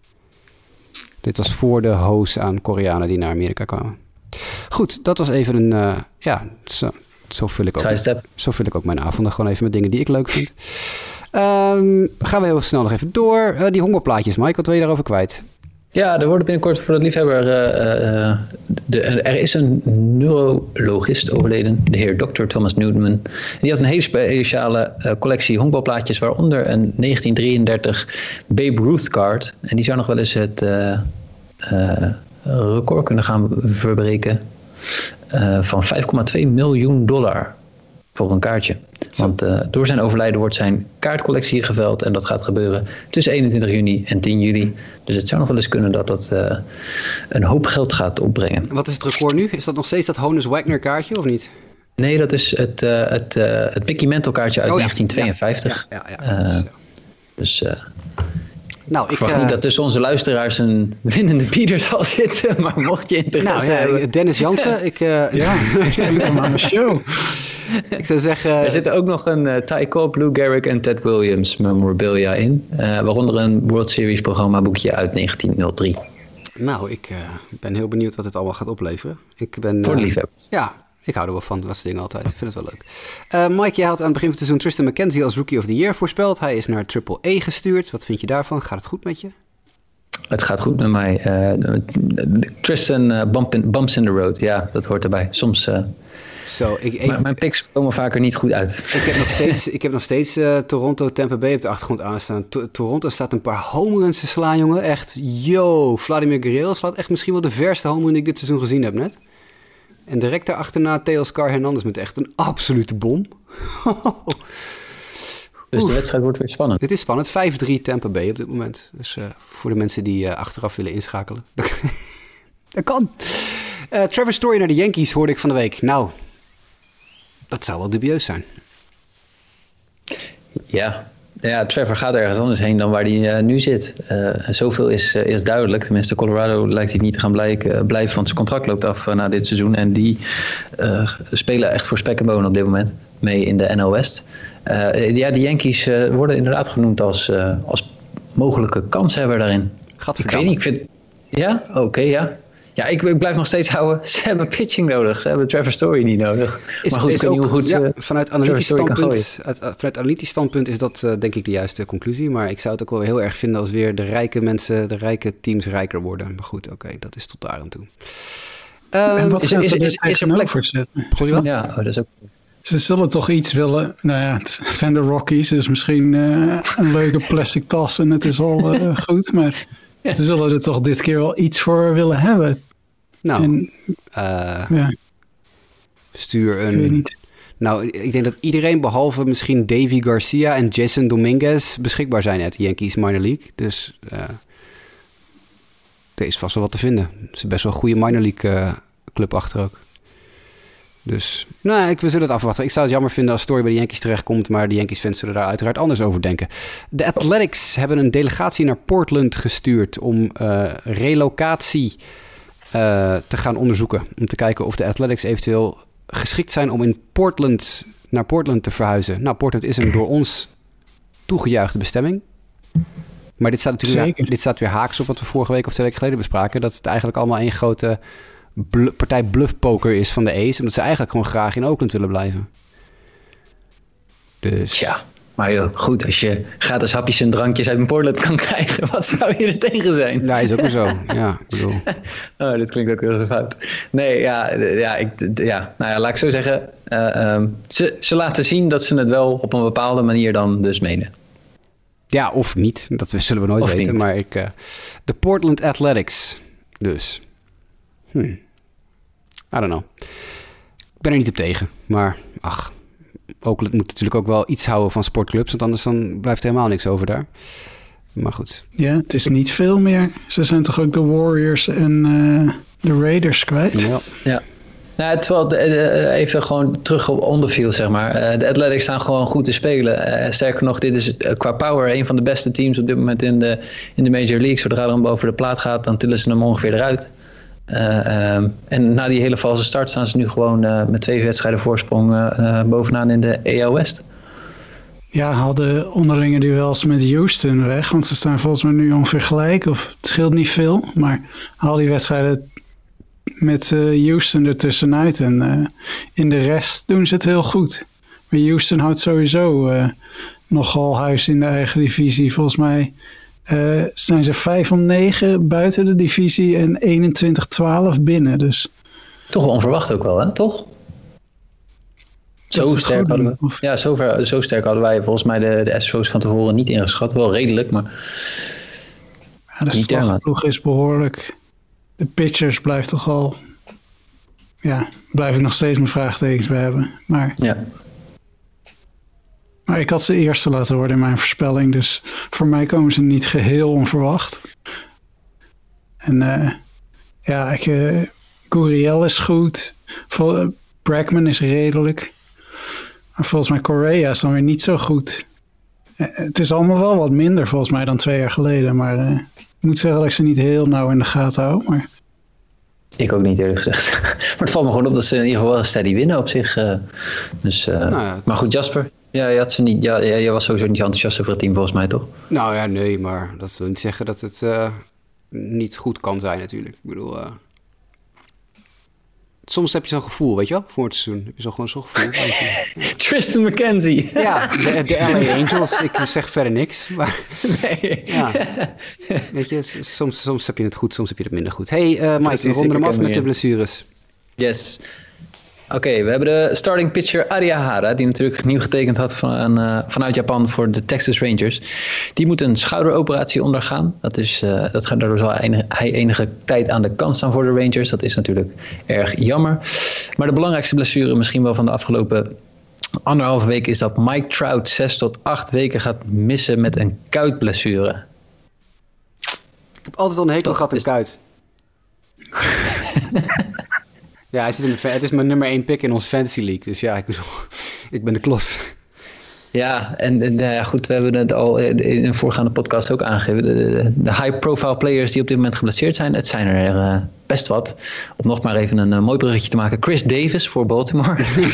Dit was voor de hoos aan Koreanen die naar Amerika kwamen. Goed, dat was even een... Uh, ja, zo, zo, vul ik ook, zo vul ik ook mijn avonden. Gewoon even met dingen die ik leuk vind. Um, gaan we heel snel nog even door. Uh, die hongerplaatjes, Mike, wat wil je daarover kwijt? Ja, er wordt binnenkort voor de liefhebber... Uh, uh, de, er is een neurologist overleden, de heer dokter Thomas Newman. En die had een hele speciale uh, collectie honkbalplaatjes... waaronder een negentien drieëndertig Babe Ruth card. En die zou nog wel eens het uh, uh, record kunnen gaan verbreken... Uh, van vijf komma twee miljoen dollar voor een kaartje. Want uh, door zijn overlijden wordt zijn kaartcollectie geveld. En dat gaat gebeuren tussen eenentwintig juni en tien juli. Dus het zou nog wel eens kunnen dat dat uh, een hoop geld gaat opbrengen. Wat is het record nu? Is dat nog steeds dat Honus Wagner kaartje of niet? Nee, dat is het, uh, het, uh, het Mickey Mantle kaartje uit oh, ja. negentien tweeënvijftig. Ja, ja, ja, ja. Uh, dus... Uh, Nou, ik verwacht uh, niet dat tussen onze luisteraars een winnende bieder zal zitten, maar mocht je interesse nou, ja, hebben... Dennis Jansen, ik... Uh, ja, ik stel hem aan mijn show. Ik zou zeggen... Er zit ook nog een uh, Ty Cobb, Lou Gehrig en Ted Williams memorabilia in. Uh, waaronder een World Series programma boekje uit negentien nul drie. Nou, ik uh, ben heel benieuwd wat het allemaal gaat opleveren. Ik ben, Voor de uh, liefhebbers. Ja, ik hou er wel van, dat soort dingen altijd. Ik vind het wel leuk. Uh, Mike, jij had aan het begin van het seizoen Tristan McKenzie als Rookie of the Year voorspeld. Hij is naar Triple A gestuurd. Wat vind je daarvan? Gaat het goed met je? Het gaat goed met mij. Uh, Tristan uh, bump in, bumps in the road. Ja, dat hoort erbij. Soms... Uh, Zo, ik even... M- mijn picks komen vaker niet goed uit. Ik heb nog steeds, ik heb nog steeds uh, Toronto Tampa Bay op de achtergrond aanstaan. To- Toronto staat een paar homeruns te slaan, jongen. Echt, yo. Vladimir Guerrero slaat echt misschien wel de verste homerun die ik dit seizoen gezien heb net. En direct daarachterna Teoscar Hernandez met echt een absolute bom. Dus de wedstrijd wordt weer spannend. Dit is spannend. vijf drie Tampa Bay op dit moment. Dus uh, voor de mensen die uh, achteraf willen inschakelen. Dat kan. Uh, Trevor Story naar de Yankees hoorde ik van de week. Nou, dat zou wel dubieus zijn. Ja, ja Trevor gaat ergens anders heen dan waar hij uh, nu zit. Uh, zoveel is, uh, is duidelijk. Tenminste, Colorado lijkt hij niet te gaan blijken, uh, blijven, want zijn contract loopt af uh, na dit seizoen. En die uh, spelen echt voor spek en bonen op dit moment mee in de N L West. Uh, ja, de Yankees uh, worden inderdaad genoemd als, uh, als mogelijke kanshebber daarin. Ik weet niet, ik vind... Ja? Oké, okay, ja. Ja, ik, ik blijf nog steeds houden. Ze hebben pitching nodig. Ze hebben Trevor Story niet nodig. Is, maar goed, is ik weet ook, niet hoe goed ja, vanuit analytisch standpunt, uit, uit, vanuit analytisch standpunt is dat uh, denk ik de juiste conclusie. Maar ik zou het ook wel heel erg vinden als weer de rijke mensen, de rijke teams rijker worden. Maar goed, oké, okay, dat is tot daar aan toe. Um, en wat is, is, is, is er plek voor zetten? Sorry, wat? Ja, oh, dat is ook... Ze zullen toch iets willen. Nou ja, het zijn de Rockies, dus misschien uh, een leuke plastic tas en het is al uh, goed. Maar ja. Ze zullen er toch dit keer wel iets voor willen hebben. Nou, en, uh, ja. stuur een Nou, ik denk dat iedereen behalve misschien Davy Garcia en Jason Dominguez beschikbaar zijn uit de Yankees minor league. Dus uh, er is vast wel wat te vinden. Het is best wel een goede minor league uh, club achter ook. Dus, nou, ik, we zullen het afwachten. Ik zou het jammer vinden als Story bij de Yankees terechtkomt, maar de Yankees fans zullen daar uiteraard anders over denken. De Athletics hebben een delegatie naar Portland gestuurd om uh, relocatie uh, te gaan onderzoeken. Om te kijken of de Athletics eventueel geschikt zijn om in Portland naar Portland te verhuizen. Nou, Portland is een door ons toegejuichte bestemming. Maar dit staat natuurlijk weer, dit staat weer haaks op wat we vorige week of twee weken geleden bespraken. Dat het eigenlijk allemaal één grote bl- partij bluffpoker is van de A's. Omdat ze eigenlijk gewoon graag in Oakland willen blijven. Dus... Ja, maar joh, goed, als je gratis hapjes en drankjes uit een Portland kan krijgen, wat zou je er tegen zijn? Ja, is ook weer zo. Ja, ik bedoel. Oh, dit klinkt ook heel zo fout. Nee, ja, ja, ik, ja, nou ja, laat ik zo zeggen. Uh, um, ze, ze laten zien dat ze het wel op een bepaalde manier dan dus menen. Ja, of niet. Dat zullen we nooit of weten. Niet. Maar ik... Uh, de Portland Athletics. Dus. Hmm. I don't know. Ik ben er niet op tegen. Maar, ach... Oakland moet natuurlijk ook wel iets houden van sportclubs. Want anders dan blijft er helemaal niks over daar. Maar goed. Ja, het is niet veel meer. Ze zijn toch ook de Warriors en uh, de Raiders kwijt? Ja. Ja. Nou, terwijl de, de, even gewoon terug op onderfield, zeg maar. Uh, de Athletics staan gewoon goed te spelen. Uh, sterker nog, dit is uh, qua power een van de beste teams op dit moment in de, in de Major League. Zodra er dan boven de plaat gaat, dan tillen ze hem ongeveer eruit. Uh, um, en na die hele valse start staan ze nu gewoon uh, met twee wedstrijden voorsprong uh, uh, bovenaan in de A L West. Ja, hadden onderlinge duels met Houston weg. Want ze staan volgens mij nu ongeveer gelijk. Of het scheelt niet veel. Maar al die wedstrijden met uh, Houston ertussenuit. En uh, in de rest doen ze het heel goed. Maar Houston houdt sowieso uh, nogal huis in de eigen divisie. Volgens mij uh, zijn ze vijf om negen buiten de divisie en eenentwintig twaalf binnen. Dus toch wel onverwacht ook wel, hè? Toch? Zo sterk, hadden we, ja, zo, ver, zo sterk hadden wij volgens mij de, de Astros van tevoren niet ingeschat. Wel redelijk, maar ja, de slagploeg is behoorlijk. De pitchers blijft toch al... Ja, blijf ik nog steeds mijn vraagtekens bij hebben. Maar, ja. maar ik had ze eerste laten worden in mijn voorspelling. Dus voor mij komen ze niet geheel onverwacht. En uh, ja, ik, uh, Gurriel is goed. Vol, uh, Bregman is redelijk. Maar volgens mij Correa is dan weer niet zo goed. Uh, het is allemaal wel wat minder volgens mij dan twee jaar geleden. Maar uh, ik moet zeggen dat ik ze niet heel nauw in de gaten hou. Maar... Ik ook niet eerlijk gezegd. Maar het valt me gewoon op dat ze in ieder geval wel steady winnen op zich. Uh, dus, uh, nou ja, maar goed, Jasper. Ja, je, had ze niet, ja, je was sowieso niet enthousiast over het team volgens mij, toch? Nou ja, nee, maar dat wil niet zeggen dat het uh, niet goed kan zijn natuurlijk. Ik bedoel... Uh... Soms heb je zo'n gevoel, weet je wel, voor het seizoen. Heb je zo gewoon zo'n gevoel. Tristan McKenzie. Ja, de, de L A Angels. Ik zeg verder niks. Maar, nee. Ja. Weet je, soms, soms heb je het goed, soms heb je het minder goed. Hey uh, Mike, we ronden hem af met de blessures. Yes. Oké, okay, we hebben de starting pitcher Arihara, die natuurlijk nieuw getekend had van, uh, vanuit Japan voor de Texas Rangers. Die moet een schouderoperatie ondergaan. Dat, is, uh, dat gaat daardoor zal enige, hij enige tijd aan de kant staan voor de Rangers. Dat is natuurlijk erg jammer. Maar de belangrijkste blessure misschien wel van de afgelopen anderhalve week is dat Mike Trout zes tot acht weken gaat missen met een kuitblessure. Ik heb altijd al een hekel gehad aan kuit. Ja, hij zit in de, het is mijn nummer één pick in onze Fantasy League. Dus ja, ik bedoel, ik ben de klos. Ja, en, en ja, goed, we hebben het al in een voorgaande podcast ook aangegeven. De, de, de high-profile players die op dit moment geblesseerd zijn, het zijn er uh, best wat. Om nog maar even een uh, mooi bruggetje te maken. Chris Davis voor Baltimore.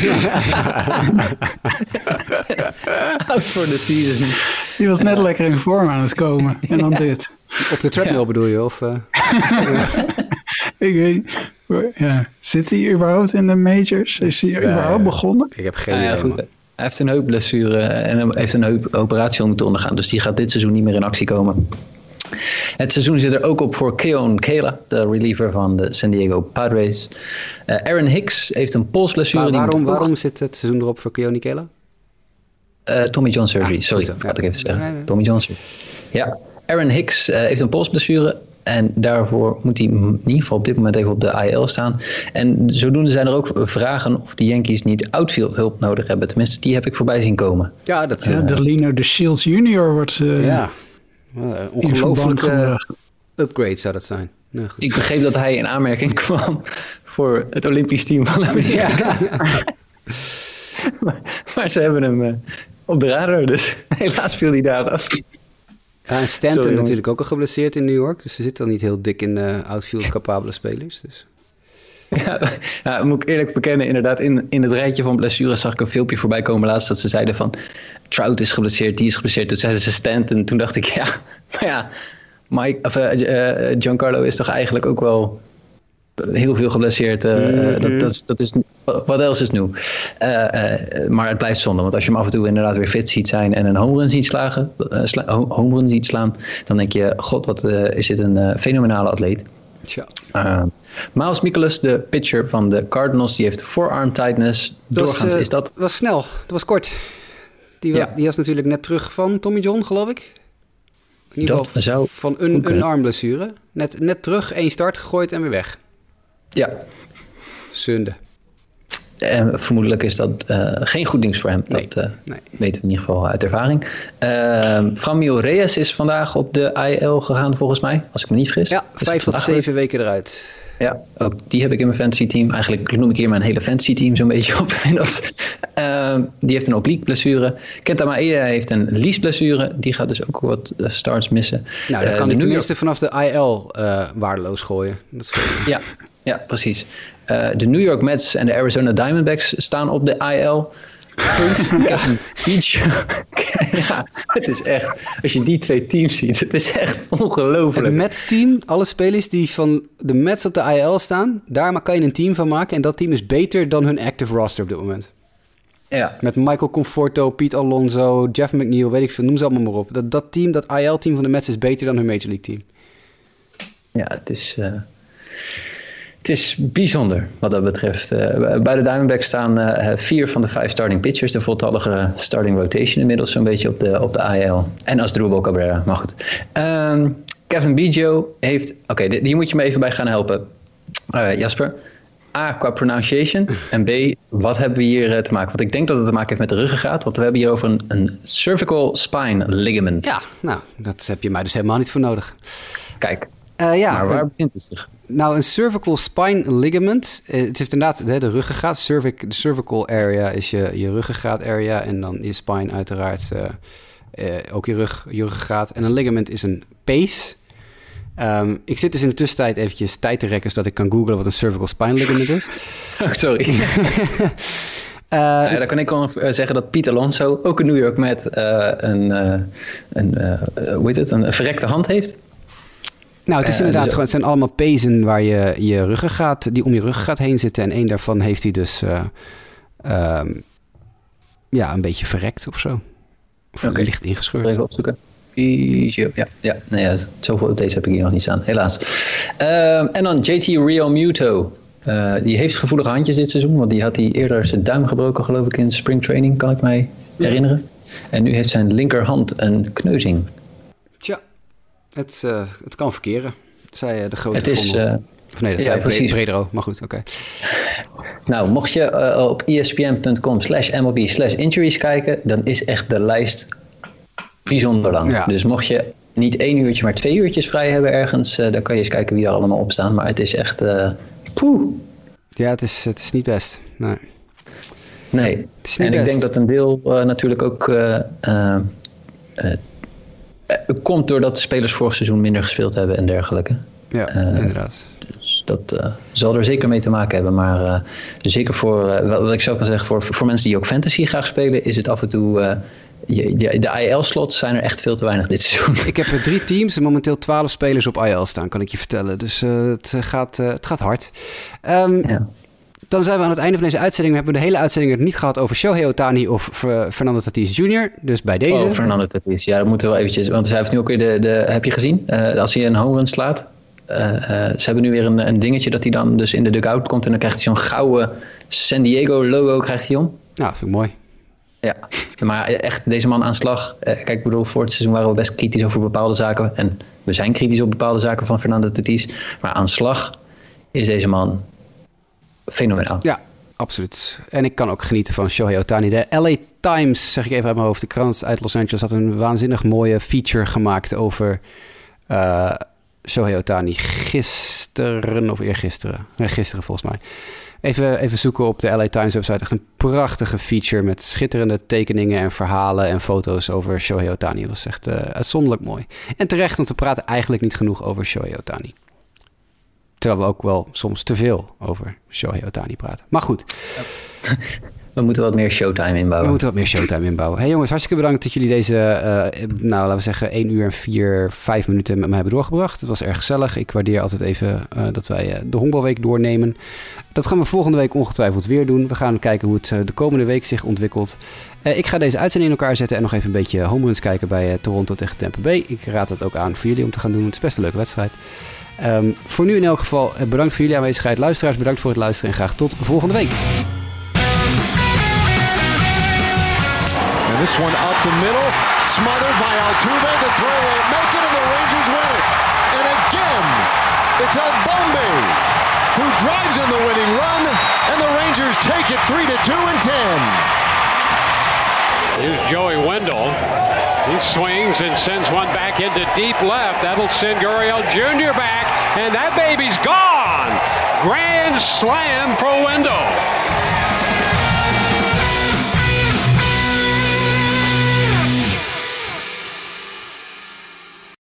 Out for the season. Die was net lekker in vorm aan het komen. En dan dit. Op de treadmill ja. bedoel je? Of, uh... ik weet ja. Zit hij überhaupt in de majors? Is hij ja, überhaupt begonnen? Ik heb geen idee. Ja, goed. Hij heeft een heupblessure en heeft een heupoperatie moeten ondergaan. Dus die gaat dit seizoen niet meer in actie komen. Het seizoen zit er ook op voor Keon Kela, de reliever van de San Diego Padres. Uh, Aaron Hicks heeft een polsblessure. Maar waarom, die waarom zit het seizoen erop voor Keon Kela? Uh, Tommy John surgery, ah, sorry, ja, ja. ik even zeggen. Tommy John surgery. Ja, Aaron Hicks uh, heeft een polsblessure. En daarvoor moet hij in ieder geval op dit moment even op de I L staan. En zodoende zijn er ook vragen of de Yankees niet outfield hulp nodig hebben. Tenminste, die heb ik voorbij zien komen. Ja, dat... Ja, Uh, de Lino de Shields junior wordt... Uh, ja, uh, ongelooflijke upgrade zou dat zijn. Nou, goed. Ik begreep dat hij in aanmerking kwam voor het Olympisch team van Amerika. Ja. maar, maar ze hebben hem uh, op de radar, dus helaas viel hij daar af. Ja, en Stanton Sorry, natuurlijk ook al geblesseerd in New York. Dus ze zitten al niet heel dik in de outfield capabele spelers. Dus. Ja, ja, moet ik eerlijk bekennen, inderdaad, in, in het rijtje van blessures zag ik een filmpje voorbij komen laatst dat ze zeiden van Trout is geblesseerd, die is geblesseerd. Toen zeiden ze Stanton. Toen dacht ik, ja, maar ja, Mike, of, uh, uh, Giancarlo is toch eigenlijk ook wel heel veel geblesseerd. Uh, mm-hmm. dat, dat, is, dat is, wat else is nieuw? Uh, uh, maar het blijft zonde, want als je hem af en toe inderdaad weer fit ziet zijn en een home run ziet, slagen, uh, sla, home run ziet slaan, dan denk je, god, wat uh, is dit een uh, fenomenale atleet. Tja. Uh, Miles Mikolas, de pitcher van de Cardinals, die heeft forearm tightness. Doorgaans was, uh, is dat... Dat was snel, dat was kort. Die, ja. die was natuurlijk net terug van Tommy John, geloof ik. In ieder geval zou van een, een armblessure. Net, net terug, één start gegooid en weer weg. Ja. Zonde. En vermoedelijk is dat uh, geen goed nieuws voor hem. Nee, dat uh, nee. weten we in ieder geval uit ervaring. Uh, Franmil Reyes is vandaag op de I L gegaan volgens mij, als ik me niet vergis. Ja, vijf tot zeven weken eruit. Ja, ook die heb ik in mijn fantasy team. Eigenlijk noem ik hier mijn hele fantasy team zo'n beetje op. uh, die heeft een oblique blessure. Kenta Maeda heeft een lies blessure. Die gaat dus ook wat starts missen. Nou, dan uh, kan hij tenminste York... vanaf de I L uh, waardeloos gooien. Dat is ja, ja, precies. Uh, de New York Mets en de Arizona Diamondbacks staan op de I L. Punt. Ja. ja, het is echt... Als je die twee teams ziet, het is echt ongelooflijk. Het Mets-team, alle spelers die van de Mets op de I L staan, daar kan je een team van maken. En dat team is beter dan hun active roster op dit moment. Ja. Met Michael Conforto, Pete Alonso, Jeff McNeil, weet ik veel, noem ze allemaal maar op. Dat, dat team, dat I L-team van de Mets is beter dan hun Major League team. Ja, het is... Uh... Het is bijzonder wat dat betreft. Uh, bij de Diamondbacks staan uh, vier van de vijf starting pitchers. De voltallige starting rotation inmiddels zo'n beetje op de, op de I L. En Asdrubal Cabrera, maar goed. Um, Kevin Biggio heeft... Oké, okay, hier moet je me even bij gaan helpen. Uh, Jasper. A, qua pronunciation. En B, wat hebben we hier uh, te maken? Want ik denk dat het te maken heeft met de ruggengraat. Want we hebben hier over een, een cervical spine ligament. Ja, nou, dat heb je mij dus helemaal niet voor nodig. Kijk. Uh, ja, maar waar begint het zich? Nou, een cervical spine ligament. Uh, het heeft inderdaad de, de ruggengraat. Cervic, de cervical area is je, je ruggengraat area. En dan je spine uiteraard uh, uh, ook je, rug, je ruggengraat. En een ligament is een pees. Um, ik zit dus in de tussentijd eventjes tijd te rekken, zodat ik kan googlen wat een cervical spine ligament is. Oh, sorry. Uh, nou ja, dan kan ik gewoon zeggen dat Pete Alonso, ook een New York Met, uh, een, uh, een, uh, hoe heet het, een verrekte hand heeft. Nou, het is inderdaad uh, dus gewoon, het zijn allemaal pezen waar je je ruggengraat, die om je ruggengraat heen zitten. En één daarvan heeft hij dus uh, um, ja, een beetje verrekt of zo. Of okay. licht ingescheurd. Even opzoeken. Ja, ja, nee, ja, zoveel updates heb ik hier nog niet staan, helaas. Uh, en dan J T Realmuto. Uh, die heeft gevoelige handjes dit seizoen, want die had hij eerder zijn duim gebroken, geloof ik, in springtraining, kan ik mij herinneren. En nu heeft zijn linkerhand een kneuzing. Tja, het, uh, het kan verkeren, zei uh, de grote het is, uh, Of nee, dat ja, zei precies. Bredero, maar goed, oké. Okay. Nou, mocht je uh, op E S P N punt com slash M L B slash injuries kijken, dan is echt de lijst bijzonder lang. Ja. Dus mocht je niet één uurtje, maar twee uurtjes vrij hebben ergens, uh, dan kan je eens kijken wie er allemaal op staan. Maar het is echt... Uh, poeh. Ja, het is, het is niet best. Nee. Nee. Het is niet en best. Ik denk dat een deel uh, natuurlijk ook uh, uh, uh, komt doordat de spelers vorig seizoen minder gespeeld hebben en dergelijke. Ja, uh, inderdaad. Dus dat uh, zal er zeker mee te maken hebben. Maar uh, zeker voor, uh, wat ik zou kan zeggen, voor, voor mensen die ook fantasy graag spelen, is het af en toe... Uh, Je, de, de I L-slots zijn er echt veel te weinig dit seizoen. Ik heb er drie teams en momenteel twaalf spelers op I L staan, kan ik je vertellen. Dus uh, het, gaat, uh, het gaat hard. Um, ja. Dan zijn we aan het einde van deze uitzending. We hebben de hele uitzending niet gehad over Shohei Ohtani of uh, Fernando Tatis junior Dus bij deze... Oh, Fernando Tatis. Ja, dat moeten we wel eventjes... Want hij heeft nu ook weer de... de heb je gezien? Uh, als hij een home run slaat. Uh, uh, ze hebben nu weer een, een dingetje dat hij dan dus in de dugout komt. En dan krijgt hij zo'n gouden San Diego logo krijgt hij om. Nou, dat vind ik mooi. Ja, Maar echt, deze man aan slag. Uh, kijk, ik bedoel, voor het seizoen waren we best kritisch over bepaalde zaken. En we zijn kritisch op bepaalde zaken van Fernando Tatis. Maar aan slag is deze man fenomenaal. Ja, absoluut. En ik kan ook genieten van Shohei Ohtani. De L A Times, zeg ik even uit mijn hoofd, de krant uit Los Angeles, had een waanzinnig mooie feature gemaakt over uh, Shohei Ohtani gisteren of eergisteren. Nee, gisteren volgens mij. Even, even zoeken op de L A Times website. Echt een prachtige feature met schitterende tekeningen en verhalen en foto's over Shohei Ohtani. Dat was echt uh, uitzonderlijk mooi. En terecht, want we praten eigenlijk niet genoeg over Shohei Ohtani. Terwijl we ook wel soms te veel over Shohei Ohtani praten. Maar goed. We moeten wat meer showtime inbouwen. We moeten wat meer showtime inbouwen. Hey jongens, hartstikke bedankt dat jullie deze, uh, nou laten we zeggen, één uur en vier, vijf minuten met mij hebben doorgebracht. Het was erg gezellig. Ik waardeer altijd even uh, dat wij uh, de honkbalweek doornemen. Dat gaan we volgende week ongetwijfeld weer doen. We gaan kijken hoe het uh, de komende week zich ontwikkelt. Uh, ik ga deze uitzending in elkaar zetten en nog even een beetje home runs kijken bij uh, Toronto tegen Tampa Bay. Ik raad het ook aan voor jullie om te gaan doen. Het is best een leuke wedstrijd. Um, voor nu in elk geval uh, bedankt voor jullie aanwezigheid. Luisteraars, bedankt voor het luisteren en graag tot volgende week. And this one up the middle, smothered by Altuve. The throw won't make it, and the Rangers win it. And again, it's Albombe who drives in the winning run, and the Rangers take it three to two and ten. Here's Joey Wendell. He swings and sends one back into deep left. That'll send Gurriel Junior back, and that baby's gone. Grand slam for Wendell.